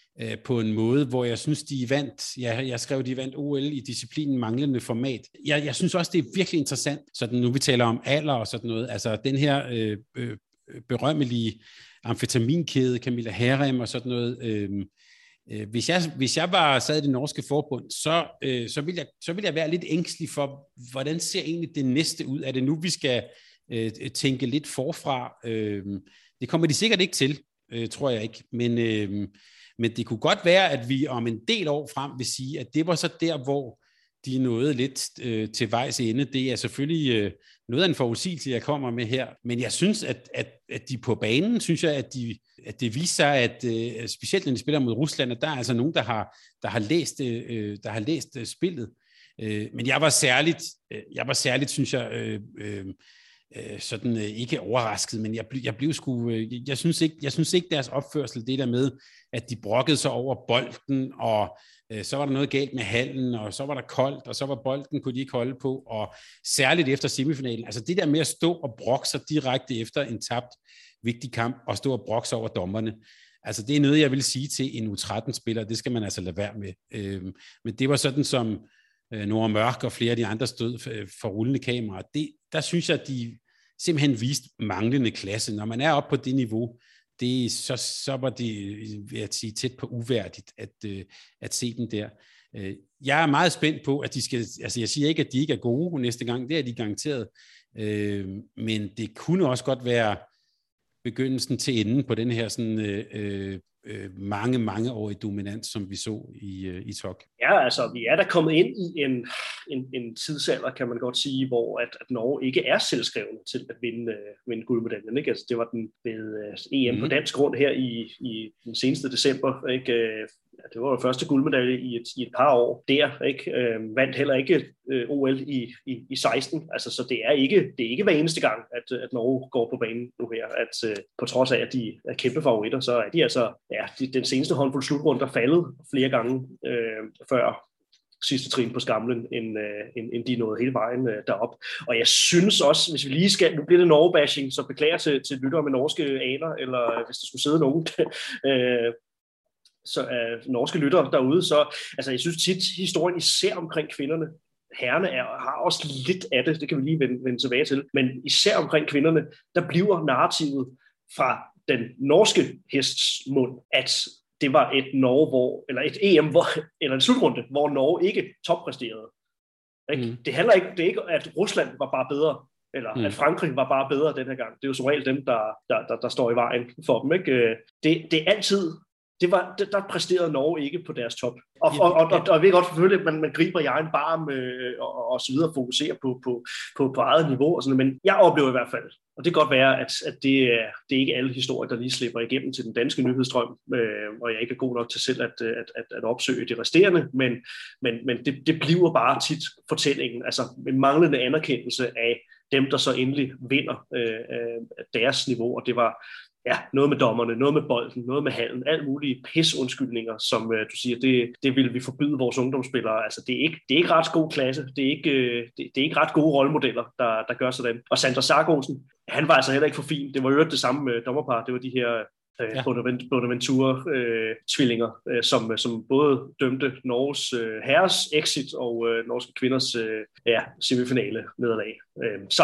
på en måde, hvor jeg synes, de vandt, ja, jeg skrev, de vandt O L i disciplinen manglende format. Jeg, jeg synes også, det er virkelig interessant, sådan nu vi taler om alder og sådan noget, altså den her øh, øh, berømmelige amfetaminkæde, Camilla Herrem og sådan noget, øh, øh, hvis, jeg, hvis jeg var sad i det norske forbund, så, øh, så, ville jeg, så ville jeg være lidt ængstelig for, hvordan ser egentlig det næste ud? Er det nu, vi skal øh, tænke lidt forfra? Øh, det kommer de sikkert ikke til, øh, tror jeg ikke, men øh, Men det kunne godt være, at vi om en del år frem vil sige, at det var så der, hvor de nåede lidt øh, til vejs ende. Det er selvfølgelig øh, noget af en forudsigelse, jeg kommer med her. Men jeg synes, at, at, at de på banen, synes jeg, at, de, at det viser sig, at øh, specielt når de spiller mod Rusland, at der er altså nogen, der har, der har læst, øh, der har læst øh, spillet. Øh, men jeg var særligt, øh, jeg var særligt, synes jeg, øh, øh, øh, sådan øh, ikke overrasket, men jeg, jeg blev sgu, øh, jeg synes ikke, jeg synes ikke deres opførsel, det der med, at de brokkede sig over bolden, og øh, så var der noget galt med hallen, og så var der koldt, og så var bolden, kunne de ikke holde på, og særligt efter semifinalen, altså det der med at stå og brokke sig direkte efter en tabt vigtig kamp, og stå og brokke sig over dommerne, altså det er noget, jeg vil sige til en U tretten-spiller, det skal man altså lade være med. Øh, men det var sådan, som øh, Nora Mørk og flere af de andre stod for rullende kameraer. Det, der synes jeg, at de simpelthen viste manglende klasse. Når man er oppe på det niveau, det, så, så var det, vil jeg sige, tæt på uværdigt at, øh, at se dem der. Øh, jeg er meget spændt på, at de skal, altså jeg siger ikke, at de ikke er gode næste gang, det er de garanteret, øh, men det kunne også godt være begyndelsen til enden på den her sådan, øh, øh, mange, mange år i dominans, som vi så i, øh, i Tokyo. Ja, altså vi er da kommet ind i en, en, en tidsalder, kan man godt sige, hvor at, at Norge ikke er selvskrevne til at vinde, øh, vinde guldmedaljen. Ikke? Altså, det var den ved øh, E M mm. på dansk grund her i, i den seneste december. Ikke? Ja, det var jo første guldmedalje i et, i et par år der, ikke? Øh, vandt heller ikke øh, O L i, i, i seksten, altså, så det er, ikke, det er ikke hver eneste gang, at, at Norge går på banen nu her, at øh, på trods af, at de er kæmpe favoritter, så er de altså, ja, de, den seneste håndfuld slutrunde, der faldet flere gange øh, før sidste trin på skamlen, end, øh, end, end de nåede hele vejen øh, derop. Og jeg synes også, hvis vi lige skal, nu bliver det Norge-bashing, så beklager til, til lyttere med norske aner, eller hvis der skulle sidde nogen, øh, så er uh, norske lyttere derude, så altså, jeg synes tit, historien især omkring kvinderne, herrerne er, har også lidt af det, det kan vi lige vende, vende tilbage til, men især omkring kvinderne, der bliver narrativet fra den norske hests mund, at det var et Norge, hvor, eller et E M, hvor, eller en slutrunde, hvor Norge ikke toppræsterede. Ikke? Mm. Det handler ikke, det er ikke, at Rusland var bare bedre, eller mm. at Frankrig var bare bedre den her gang. Det er jo som regel dem, der, der, der, der står i vejen for dem. Ikke? Det, det er altid Det var, der præsterede Norge ikke på deres top. Og, og, og, og, og jeg ved godt selvfølgelig, at man, man griber i egen barm øh, og, og så videre, og fokuserer på, på, på, på eget niveau. Og sådan, men jeg oplever i hvert fald, og det kan godt være, at, at det, er, det er ikke alle historier, der lige slipper igennem til den danske nyhedsstrøm, øh, og jeg ikke er god nok til selv at, at, at, at opsøge de resterende, men, men, men det, det bliver bare tit fortællingen, altså en manglende anerkendelse af dem, der så endelig vinder øh, deres niveau, og det var ja, noget med dommerne, noget med bolden, noget med hallen, alt mulige pisundskyldninger, som øh, du siger, det, det vil vi forbyde vores ungdomsspillere. Altså, det er ikke, det er ikke ret god klasse, det er ikke, øh, det, det er ikke ret gode rollemodeller, der, der gør sådan. Og Sandra Sargosen, han var altså heller ikke for fin. Det var jo det samme med dommerpar, det var de her øh, ja. Bonaventura-tvillinger, øh, øh, som, som både dømte Norges øh, herres exit og øh, norske kvinders øh, ja, semifinale nederlag. Øh, så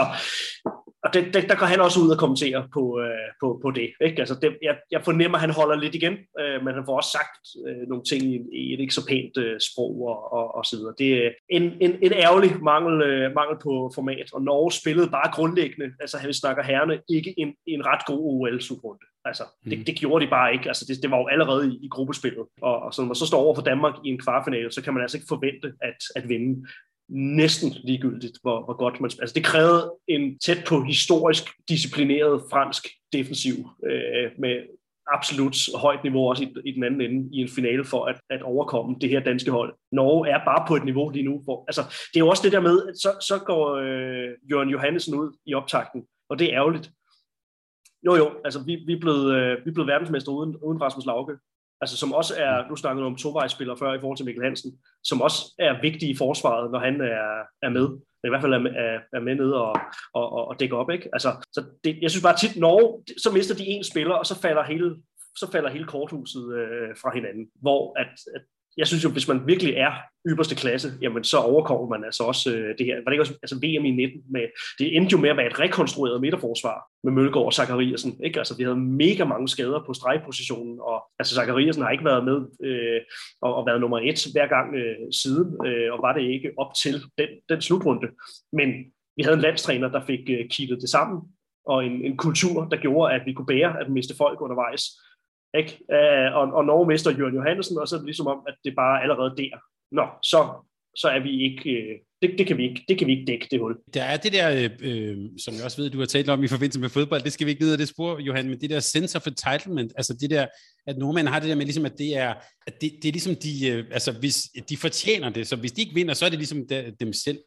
Og det, det, der går han også ud og kommentere på, øh, på, på det. Ikke? Altså det jeg, jeg fornemmer, at han holder lidt igen, øh, men han får også sagt øh, nogle ting i, i et ikke så pænt øh, sprog og, og, og så videre. Det er en, en, en ærgerlig mangel, øh, mangel på format, og Norge spillede bare grundlæggende, altså vi snakker herrene, ikke en, en ret god O L-slutrunde. Altså, det, mm. det gjorde de bare ikke. Altså, det, det var jo allerede i, i gruppespillet. Og, og så når man så står over for Danmark i en kvartfinale, så kan man altså ikke forvente at, at vinde. Næsten ligegyldigt, hvor, hvor godt man... Altså, det krævede en tæt på historisk disciplineret fransk defensiv øh, med absolut højt niveau også i, i den anden ende i en finale for at, at overkomme det her danske hold. Norge er bare på et niveau lige nu. Hvor, altså, det er jo også det der med, at så, så går øh, Jørgen Johannesen ud i optakten, og det er ærgerligt. Jo jo, altså vi, vi, er, blevet, øh, vi er blevet verdensmester uden, uden Rasmus Lauke. Altså som også er, nu snakkede vi om tovejsspillere før i forhold til Mikkel Hansen, som også er vigtig i forsvaret, når han er, er med. I hvert fald er, er, er med nede og, og, og dække op, ikke? Altså, så det, jeg synes bare tit, Norge, så mister de en spiller, og så falder hele, så falder hele korthuset øh, fra hinanden. Hvor at, at jeg synes jo, hvis man virkelig er ypperste klasse, jamen så overkommer man altså også øh, det her. Var det ikke også altså V M i nitten med, det endte jo med at være et rekonstrueret midterforsvar med Mølgaard og Zachariasen, ikke? Altså vi havde mega mange skader på stregpositionen, og altså Zachariasen har ikke været med øh, og, og været nummer et hver gang øh, siden, øh, og var det ikke op til den, den slutrunde. Men vi havde en landstræner, der fik øh, kittet det sammen, og en, en kultur, der gjorde, at vi kunne bære at miste folk undervejs. Ikke? Uh, og, og Norge mister Jørgen Johannesen, og så er det ligesom om, at det bare er allerede der. Nå, så, så er vi ikke, øh, det, det, kan vi ikke, det kan vi ikke dække, det hul. Der er det der, øh, som jeg også ved, du har talt om i forbindelse med fodbold, det skal vi ikke ned af det spor, Johan, men det der sense of entitlement, altså det der, at nordmænd har det der med ligesom, at det er, at det, det er ligesom de, øh, altså hvis de fortjener det, så hvis de ikke vinder, så er det ligesom der, dem selv.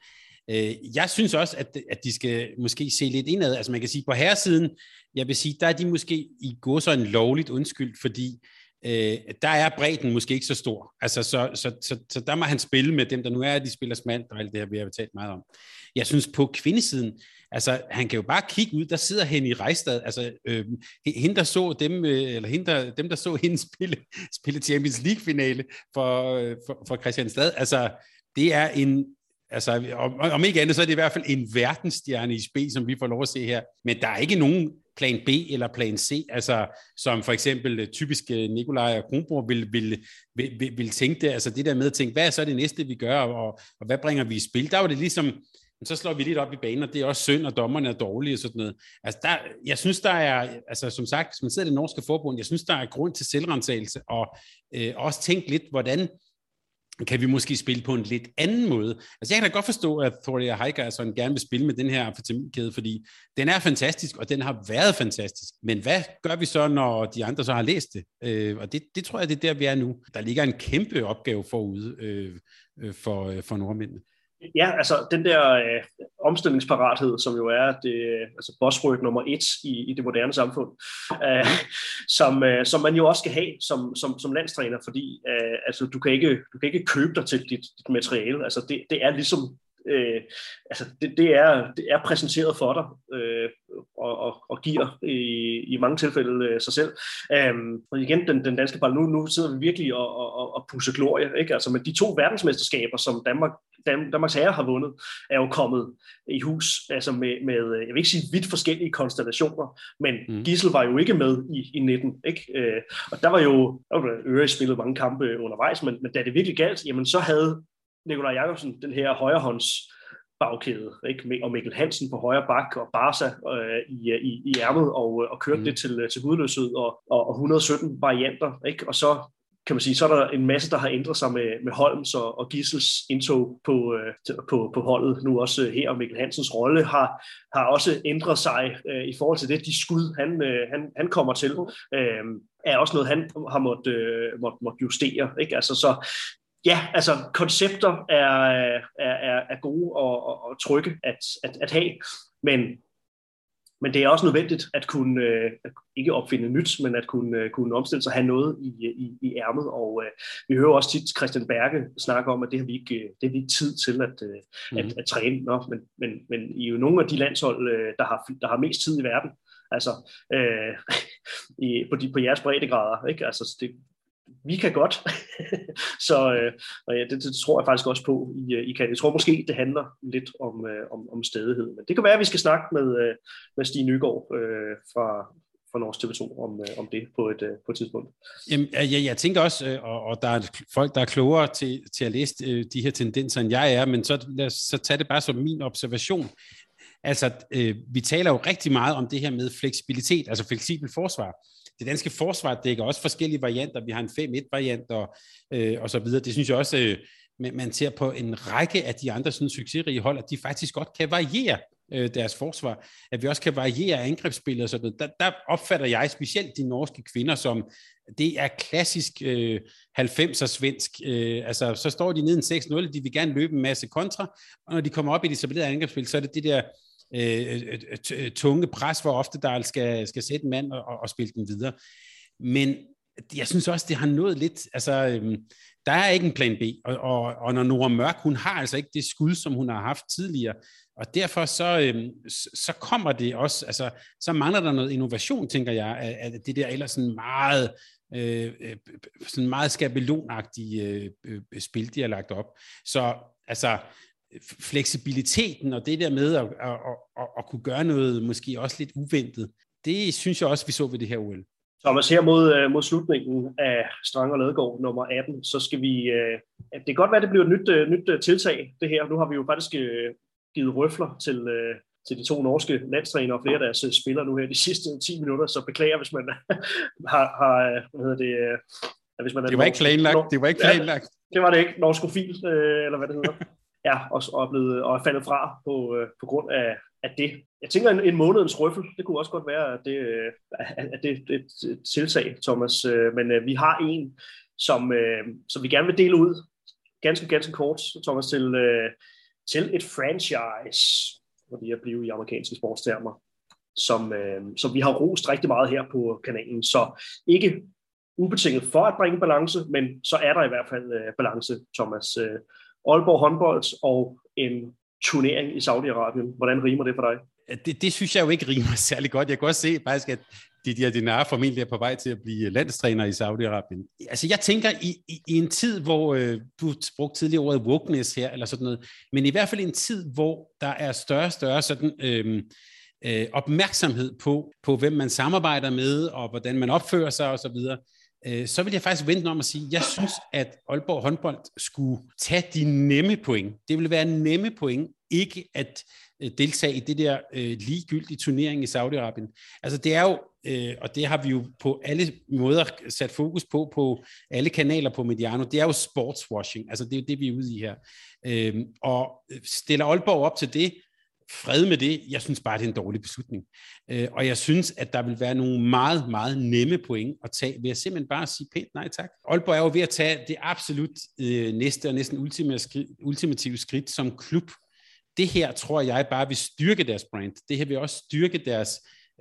Øh, jeg synes også, at, at de skal måske se lidt indad. Altså man kan sige, på herresiden, jeg vil sige, der er de måske i gåseøjne lovligt undskyldt, fordi øh, der er bredden måske ikke så stor. Altså så, så, så, så der må han spille med dem, der nu er, de spiller smalt, og alt det her, vi har talt meget om. Jeg synes på kvindesiden, altså han kan jo bare kigge ud, der sidder Henny Reistad, altså øh, hende der så dem, øh, eller hende der, dem der så hende spille, spille Champions League finale for, øh, for, for Christianstad, altså det er en, altså om, om ikke andet, så er det i hvert fald en verdensstjerne i spil, som vi får lov at se her, men der er ikke nogen plan B eller plan C, altså som for eksempel typisk Nikolaj og Kronborg vil, vil, vil, vil, vil tænke det, altså det der med at tænke, hvad er så det næste, vi gør, og, og hvad bringer vi i spil? Der var det ligesom, så slår vi lidt op i banen, og det er også synd, og dommerne er dårlige og sådan noget. Altså der, jeg synes, der er, altså som sagt, hvis man sidder i det norske forbund, jeg synes, der er grund til selvrensagelse, og øh, også tænke lidt, hvordan kan vi måske spille på en lidt anden måde. Altså jeg kan da godt forstå, at Thorleifur Heigarsson gerne vil spille med den her amfetaminkæde, fordi den er fantastisk, og den har været fantastisk. Men hvad gør vi så, når de andre så har læst det? Øh, og det, det tror jeg, det er der, vi er nu. Der ligger en kæmpe opgave forude øh, øh, for, øh, for nordmændene. Ja, altså den der øh, omstillingsparathed, som jo er det altså buzzword nummer et i, i det moderne samfund, øh, som, øh, som man jo også skal have som, som, som landstræner, fordi øh, altså, du, kan ikke, du kan ikke købe dig til dit, dit materiale. Altså det, det er ligesom Øh, altså det, det, er, det er præsenteret for dig øh, og, og, og giver i, i mange tilfælde øh, sig selv. Um, og igen, den, den danske bold, nu, nu sidder vi virkelig og, og, og pusser glorie, ikke? Altså med de to verdensmesterskaber, som Danmark, Dan, Danmarks herrer har vundet, er jo kommet i hus, altså med, med jeg vil ikke sige vidt forskellige konstellationer, men mm. Gissel var jo ikke med i, i nitten, ikke? Øh, og der var jo, der var Øre spillet mange kampe undervejs, men, men da det virkelig galt, jamen så havde Nikolaj Jakobsen, den her højrehånds bagkæde, ikke? Og Mikkel Hansen på højre bak, og Barca øh, i, i, i ærmet, og, og kørte mm. det til, til hudløshed, og, og, og et hundrede og sytten varianter, ikke? Og så kan man sige, så er der en masse, der har ændret sig med, med Holms og, og Gissels indtog på, øh, på, på holdet nu også her, og Mikkel Hansens rolle har, har også ændret sig øh, i forhold til det. De skud, han, øh, han, han kommer til, øh, er også noget, han har måttet øh, måtte, måtte justere, ikke? Altså så ja, altså koncepter er, er, er gode og, og, og trygge at, at, at have, men, men det er også nødvendigt at kunne, at ikke opfinde nyt, men at kunne, kunne omstille sig og have noget i, i, i ærmet, og uh, vi hører også tit Christian Berge snakke om, at det har vi ikke, det har vi ikke tid til at, mm. at, at træne, Nå, men, men, men I er jo nogle af de landshold, der har, der har mest tid i verden, altså øh, i, på, de, på jeres breddegrader, ikke? Altså det vi kan godt, så øh, og ja, det, det tror jeg faktisk også på, I, I kan. Jeg tror måske, det handler lidt om, øh, om, om stædighed, men det kan være, at vi skal snakke med, øh, med Stig Nygaard øh, fra, fra Norsk T V to om, øh, om det på et, øh, på et tidspunkt. Jamen, jeg, jeg tænker også, øh, og, og der er folk, der er klogere til, til at læse øh, de her tendenser, end jeg er, men så, lad os, så tag det bare som min observation. Altså, øh, vi taler jo rigtig meget om det her med fleksibilitet, altså fleksibel forsvar. Det danske forsvar dækker også forskellige varianter. Vi har en fem et variant og, øh, og så videre. Det synes jeg også, øh, man ser på en række af de andre sådan, succesrige hold, at de faktisk godt kan variere øh, deres forsvar. At vi også kan variere angrebsspillet og sådan noget. Der, der opfatter jeg specielt de norske kvinder som, det er klassisk øh, halvfemser svensk. Øh, altså, så står de nede en seks nul, de vil gerne løbe en masse kontra, og når de kommer op i det etablerede angrebsspil, så er det det der Øh, tunge pres, hvor ofte der skal, skal sætte en mand og, og spille den videre. Men jeg synes også, det har nået lidt, altså øhm, der er ikke en plan B, og, og, og når Nora Mørk, hun har altså ikke det skud, som hun har haft tidligere, og derfor så, øhm, så kommer det også, altså så mangler der noget innovation, tænker jeg, af, af det der ellers sådan meget øh, sådan meget skabelonagtige øh, spil, de har lagt op. Så altså fleksibiliteten og det der med at, at, at, at kunne gøre noget måske også lidt uventet, det synes jeg også, vi så ved det her O L. Thomas, her mod, mod slutningen af Strang og Ladegaard nummer atten, så skal vi, det kan godt være, det bliver et nyt, nyt tiltag, det her. Nu har vi jo faktisk givet røfler til, til de to norske landstrænere og flere af deres spillere nu her de sidste ti minutter, så beklager, hvis man har, har hvad hedder det, hvis man er det var ikke planlagt, det var ikke planlagt. Ja, det var det ikke, norskofil, eller hvad det hedder. Ja, og, og, er blevet, og er faldet fra på, øh, på grund af, af det. Jeg tænker, en, en månedens røffel, det kunne også godt være, at det, øh, at det er et, et tiltag, Thomas. Øh, men øh, vi har en, som, øh, som vi gerne vil dele ud, ganske, ganske kort, Thomas, til, øh, til et franchise, fordi jeg bliver i amerikanske sportstermer, som, øh, som vi har rost rigtig meget her på kanalen. Så ikke ubetinget for at bringe balance, men så er der i hvert fald øh, balance, Thomas. Øh, Aalborg håndbold og en turnering i Saudi-Arabien. Hvordan rimer det for dig? Det, det synes jeg jo ikke rimer særlig godt. Jeg kan også se faktisk, at Didier Dinard formentlig er på vej til at blive landstræner i Saudi-Arabien. Altså jeg tænker, i, i, i en tid, hvor øh, du brugte tidligere ordet wokeness her, eller sådan noget, men i hvert fald en tid, hvor der er større og større sådan, øh, øh, opmærksomhed på, på, hvem man samarbejder med, og hvordan man opfører sig osv., øh, så vil jeg faktisk vente om at sige, jeg synes, at Aalborg håndbold skulle tage de nemme point. Det vil være nemme point, ikke at deltage i det der øh, ligegyldige turnering i Saudi-Arabien. Altså det er jo, øh, og det har vi jo på alle måder sat fokus på, på alle kanaler på Mediano, det er jo sportswashing, altså det er jo det, vi er ude i her. Øh, og stiller Aalborg op til det, fred med det, jeg synes bare, det er en dårlig beslutning. Øh, og jeg synes, at der vil være nogle meget, meget nemme point at tage, ved at simpelthen bare sige pænt nej tak. Aalborg er jo ved at tage det absolut øh, næste og næsten ultimative skridt som klub. Det her tror jeg bare vil styrke deres brand. Det her vil også styrke deres,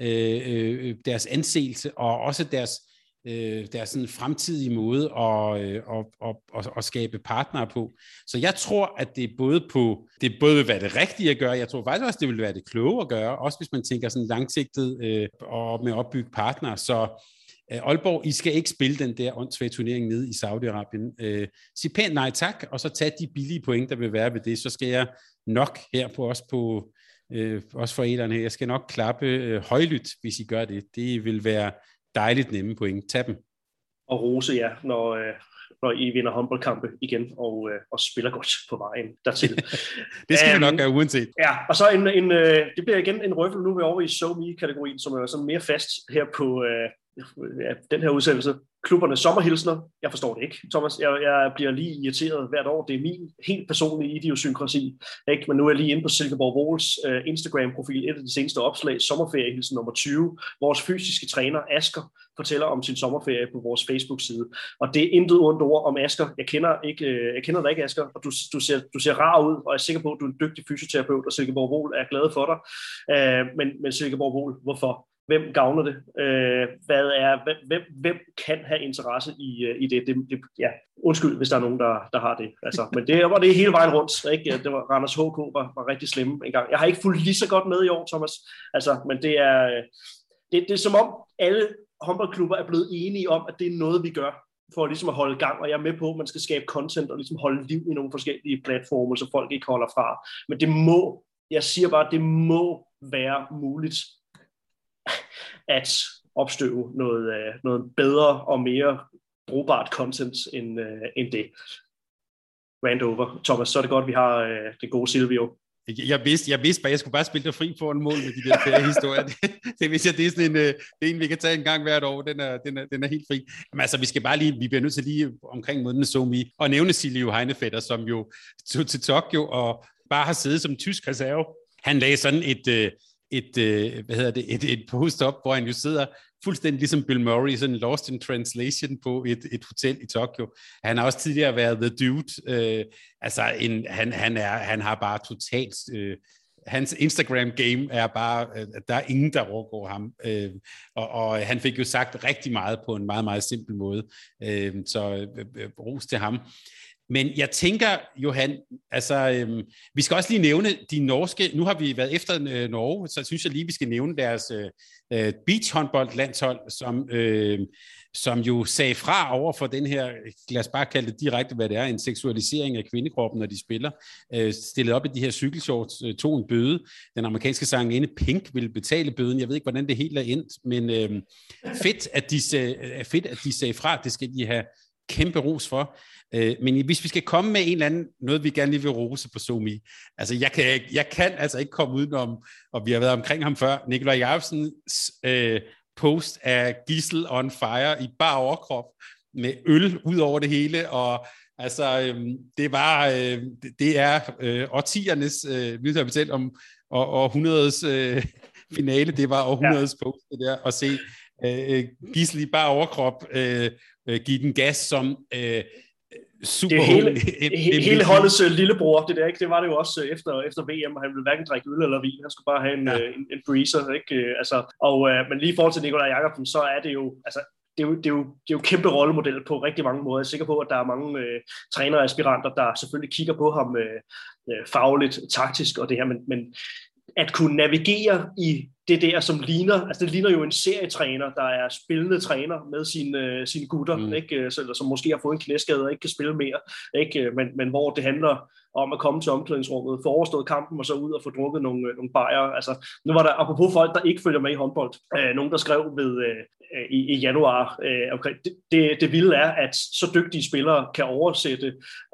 øh, deres anseelse og også deres, øh, deres sådan fremtidige måde at, øh, at, at, at, at skabe partnere på. Så jeg tror, at det er både på det både vil være det rigtige at gøre. Jeg tror faktisk også, det vil være det kloge at gøre, også hvis man tænker sådan langsigtet øh, og med at opbygge partnere. Så Aalborg, I skal ikke spille den der åndssvage turnering nede i Saudi-Arabien. Øh, sig pænt nej tak, og så tag de billige point, der vil være ved det. Så skal jeg nok her på os på øh, også for elerne her, jeg skal nok klappe øh, højlydt, hvis I gør det. Det vil være dejligt nemme point. Tag dem. Og rose jer, når, øh, når I vinder håndboldkampe igen og, øh, og spiller godt på vejen dertil. Det skal um, vi nok øhm, gøre uanset. Ja, og så en, en, øh, det bliver igen en røffel. Nu er vi over i SoMe-kategorien, som er sådan mere fast her på øh, ja, den her udsendelse. Klubbernes sommerhilsner. Jeg forstår det ikke, Thomas. Jeg, jeg bliver lige irriteret hvert år. Det er min helt personlige idiosynkrasi. Ikke? Men nu er jeg lige inde på Silkeborg Vols uh, Instagram-profil, et af de seneste opslag, sommerferiehilsen nummer tyve. Vores fysiske træner, Asger, fortæller om sin sommerferie på vores Facebook-side. Og det er intet ondt ord om Asger. Jeg kender, ikke, uh, jeg kender dig ikke, Asger, og du, du, ser, du ser rar ud, og jeg er sikker på, at du er en dygtig fysioterapeut, og Silkeborg Vol er glad for dig. Uh, men, men Silkeborg Vol, hvorfor? Hvem gavner det? Øh, hvad er, hvem, hvem kan have interesse i, i det? det, det ja, undskyld, hvis der er nogen, der, der har det. Altså, men det var det hele vejen rundt. Ikke? Det var Randers H K var, var rigtig slemme en gang. Jeg har ikke fulgt lige så godt med i år, Thomas. Altså, men det er, det, det er som om alle håndboldklubber er blevet enige om, at det er noget, vi gør for ligesom at holde gang. Og jeg er med på, at man skal skabe content og ligesom holde liv i nogle forskellige platforme, så folk ikke holder fra. Men det må, jeg siger bare, det må være muligt at opstøve noget, noget bedre og mere brugbart content end, end det. Rand over. Thomas, så er det godt, vi har uh, det gode Silvio. Jeg vidste, jeg vidste bare, jeg skulle bare spille dig fri for en mål med de der feriehistorier. det, det vidste jeg, det er sådan en, det er en, vi kan tage en gang hvert år. Den er, den er, den er helt fri. Men altså, vi skal bare lige, vi bliver nødt til lige omkring måden SoMe og nævne Silvio Heinefetter, som jo tog til Tokyo og bare har siddet som tysk reserve. Han lagde sådan et et, øh, hvad hedder det, et, et post op, hvor han jo sidder fuldstændig ligesom Bill Murray, sådan lost in translation på et, et hotel i Tokyo. Han har også tidligere været The Dude. Øh, altså, en, han, han, er, han har bare totalt... Øh, hans Instagram-game er bare... Øh, der er ingen, der overgår ham. Øh, og, og han fik jo sagt rigtig meget på en meget, meget simpel måde. Øh, så øh, øh, ros til ham. Men jeg tænker, Johan, altså, øhm, vi skal også lige nævne de norske, nu har vi været efter øh, Norge, så synes jeg lige, vi skal nævne deres øh, beachhåndboldlandshold, som, øh, som jo sagde fra over for den her, lad os bare kalde det direkte, hvad det er, en seksualisering af kvindekroppen, når de spiller, øh, stillet op i de her cykelshorts, øh, tog en bøde. Den amerikanske sangerinde Pink ville betale bøden. Jeg ved ikke, hvordan det helt er endt, men øh, fedt, at de sag, fedt, at de sagde fra, det skal de have kæmpe ros for. Men hvis vi skal komme med en eller anden, noget vi gerne lige vil rose på SoMe, altså jeg kan, jeg kan altså ikke komme udenom, og vi har været omkring ham før, Nikolaj Jacobsens øh, post af Gisel on fire i bar overkrop, med øl ud over det hele, og altså øh, det var, øh, det er øh, årtiernes, øh, vi har betalt om år, århundredets øh, finale, det var århundredets ja. Post det der, at se øh, Gisel i bar overkrop øh, øh, give den gas, som øh, super det er hele, ung, he, hele holdets uh, lillebror, det der, ikke? Det var det jo også uh, efter, efter V M, og han ville hverken drikke øl eller vin, han skulle bare have en, ja. uh, en, en breezer, ikke? Uh, altså, og, uh, men lige i forhold til Nikolaj Jakobsen, så er det jo, altså, det er jo, det er jo, det er jo kæmpe rollemodel på rigtig mange måder. Jeg er sikker på, at der er mange uh, træneraspiranter, der selvfølgelig kigger på ham uh, uh, fagligt, taktisk og det her, men, men at kunne navigere i det der, som ligner, altså det ligner jo en serietræner, der er spillende træner med sine, sine gutter, mm. ikke? Eller som måske har fået en knæskade og ikke kan spille mere, ikke? Men, men hvor det handler om at komme til omklædningsrummet, få overstået kampen og så ud og få drukket nogle, nogle bajer. Altså, nu var der, apropos folk, der ikke følger med i håndbold, øh, nogen der skrev ved, øh, i, i januar, øh, omkring, det, det, det vilde er, at så dygtige spillere kan oversætte,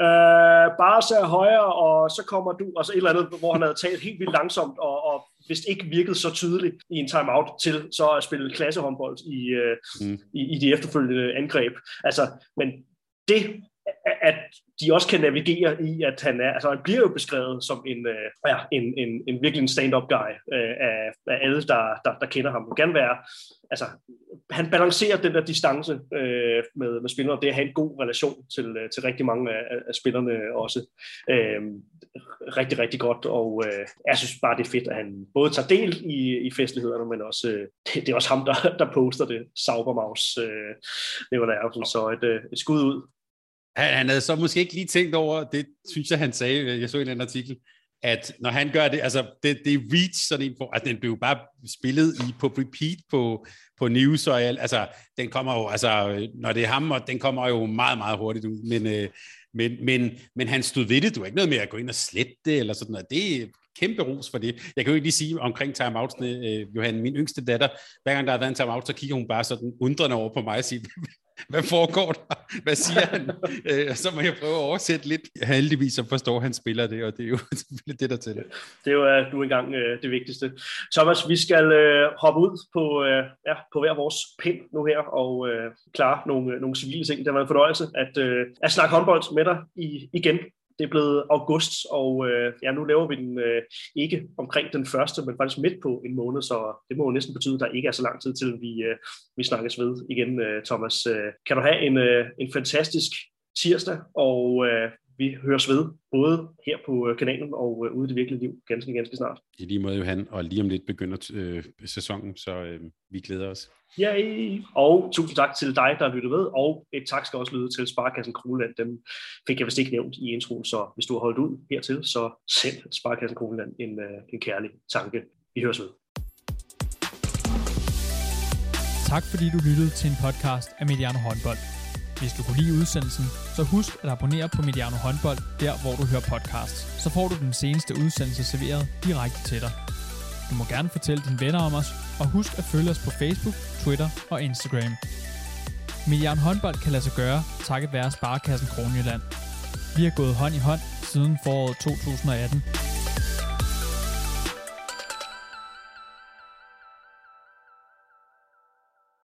øh, bare så højere, og så kommer du, og så et eller andet, hvor han havde talt helt vildt langsomt, og, og hvis ikke virkede så tydeligt i en timeout til så at spille klassehåndbold i, øh, mm. i, i de efterfølgende angreb. Altså, men det, at de også kan navigere i, at han er, altså han bliver jo beskrevet som en, øh, ja, en, en, en virkelig en stand-up guy øh, af, af alle, der, der, der kender ham. Det kan være, altså, han balancerer den der distance øh, med, med spillere, det at have en god relation til, til rigtig mange af, af spillerne også. Øh, rigtig, rigtig godt, og øh, jeg synes bare, det er fedt, at han både tager del i, i festlighederne, men også, øh, det, det er også ham, der, der poster det, Saubermaus, øh, det var der, så et, et skud ud. Han, han havde så måske ikke lige tænkt over, det synes jeg, han sagde, jeg så en eller anden artikel, at når han gør det, altså det, det er reach sådan en for, altså den blev bare spillet i på repeat på, på news og alt, altså den kommer jo, altså når det er ham, og den kommer jo meget, meget hurtigt ud, men, øh, men, men, men han stod ved det, du er ikke noget med at gå ind og slette det, eller sådan noget, det er kæmpe ros for det. Jeg kan jo ikke lige sige omkring timeoutsene, øh, Johan, min yngste datter, hver gang der har været en timeout, så kigger hun bare sådan undrende over på mig og siger, hvad foregår der? Hvad siger han? øh, så må jeg prøve at oversætte lidt. Heldigvis så forstår han spiller det, og det er jo selvfølgelig det, der tæller. Det er jo uh, nu engang uh, det vigtigste. Thomas, vi skal uh, hoppe ud på, uh, ja, på hver vores pind nu her, og uh, klare nogle, uh, nogle civile ting. Det har været en fornøjelse at, uh, at snakke håndbold med dig i, igen. Det er blevet august, og øh, ja, nu laver vi den øh, ikke omkring den første, men faktisk midt på en måned, så det må jo næsten betyde, at der ikke er så lang tid til, vi, øh, vi snakkes ved igen, øh, Thomas. Øh, kan du have en, øh, en fantastisk tirsdag, og øh, vi høres ved, både her på kanalen og øh, ude i det virkelige liv, ganske, ganske snart. I lige måde, Johan, og lige om lidt begynder øh, sæsonen, så øh, vi glæder os. Yay! Og tusind tak til dig, der lyttede med, og et tak skal også lyde til Sparekassen Kroneland. Dem fik jeg vist ikke nævnt i introen, så hvis du har holdt ud hertil, så send Sparekassen Kroneland en, en kærlig tanke. Vi høres ved. Tak fordi du lyttede til en podcast af Mediano Håndbold. Hvis du kunne lide udsendelsen, så husk at abonnere på Mediano Håndbold, der hvor du hører podcasts. Så får du den seneste udsendelse serveret direkte til dig. Du må gerne fortælle dine venner om os, og husk at følge os på Facebook, Twitter og Instagram. Mediano Håndbold kan lade sig gøre, takket være Sparekassen Kronjylland. Vi har gået hånd i hånd siden foråret to tusind og atten.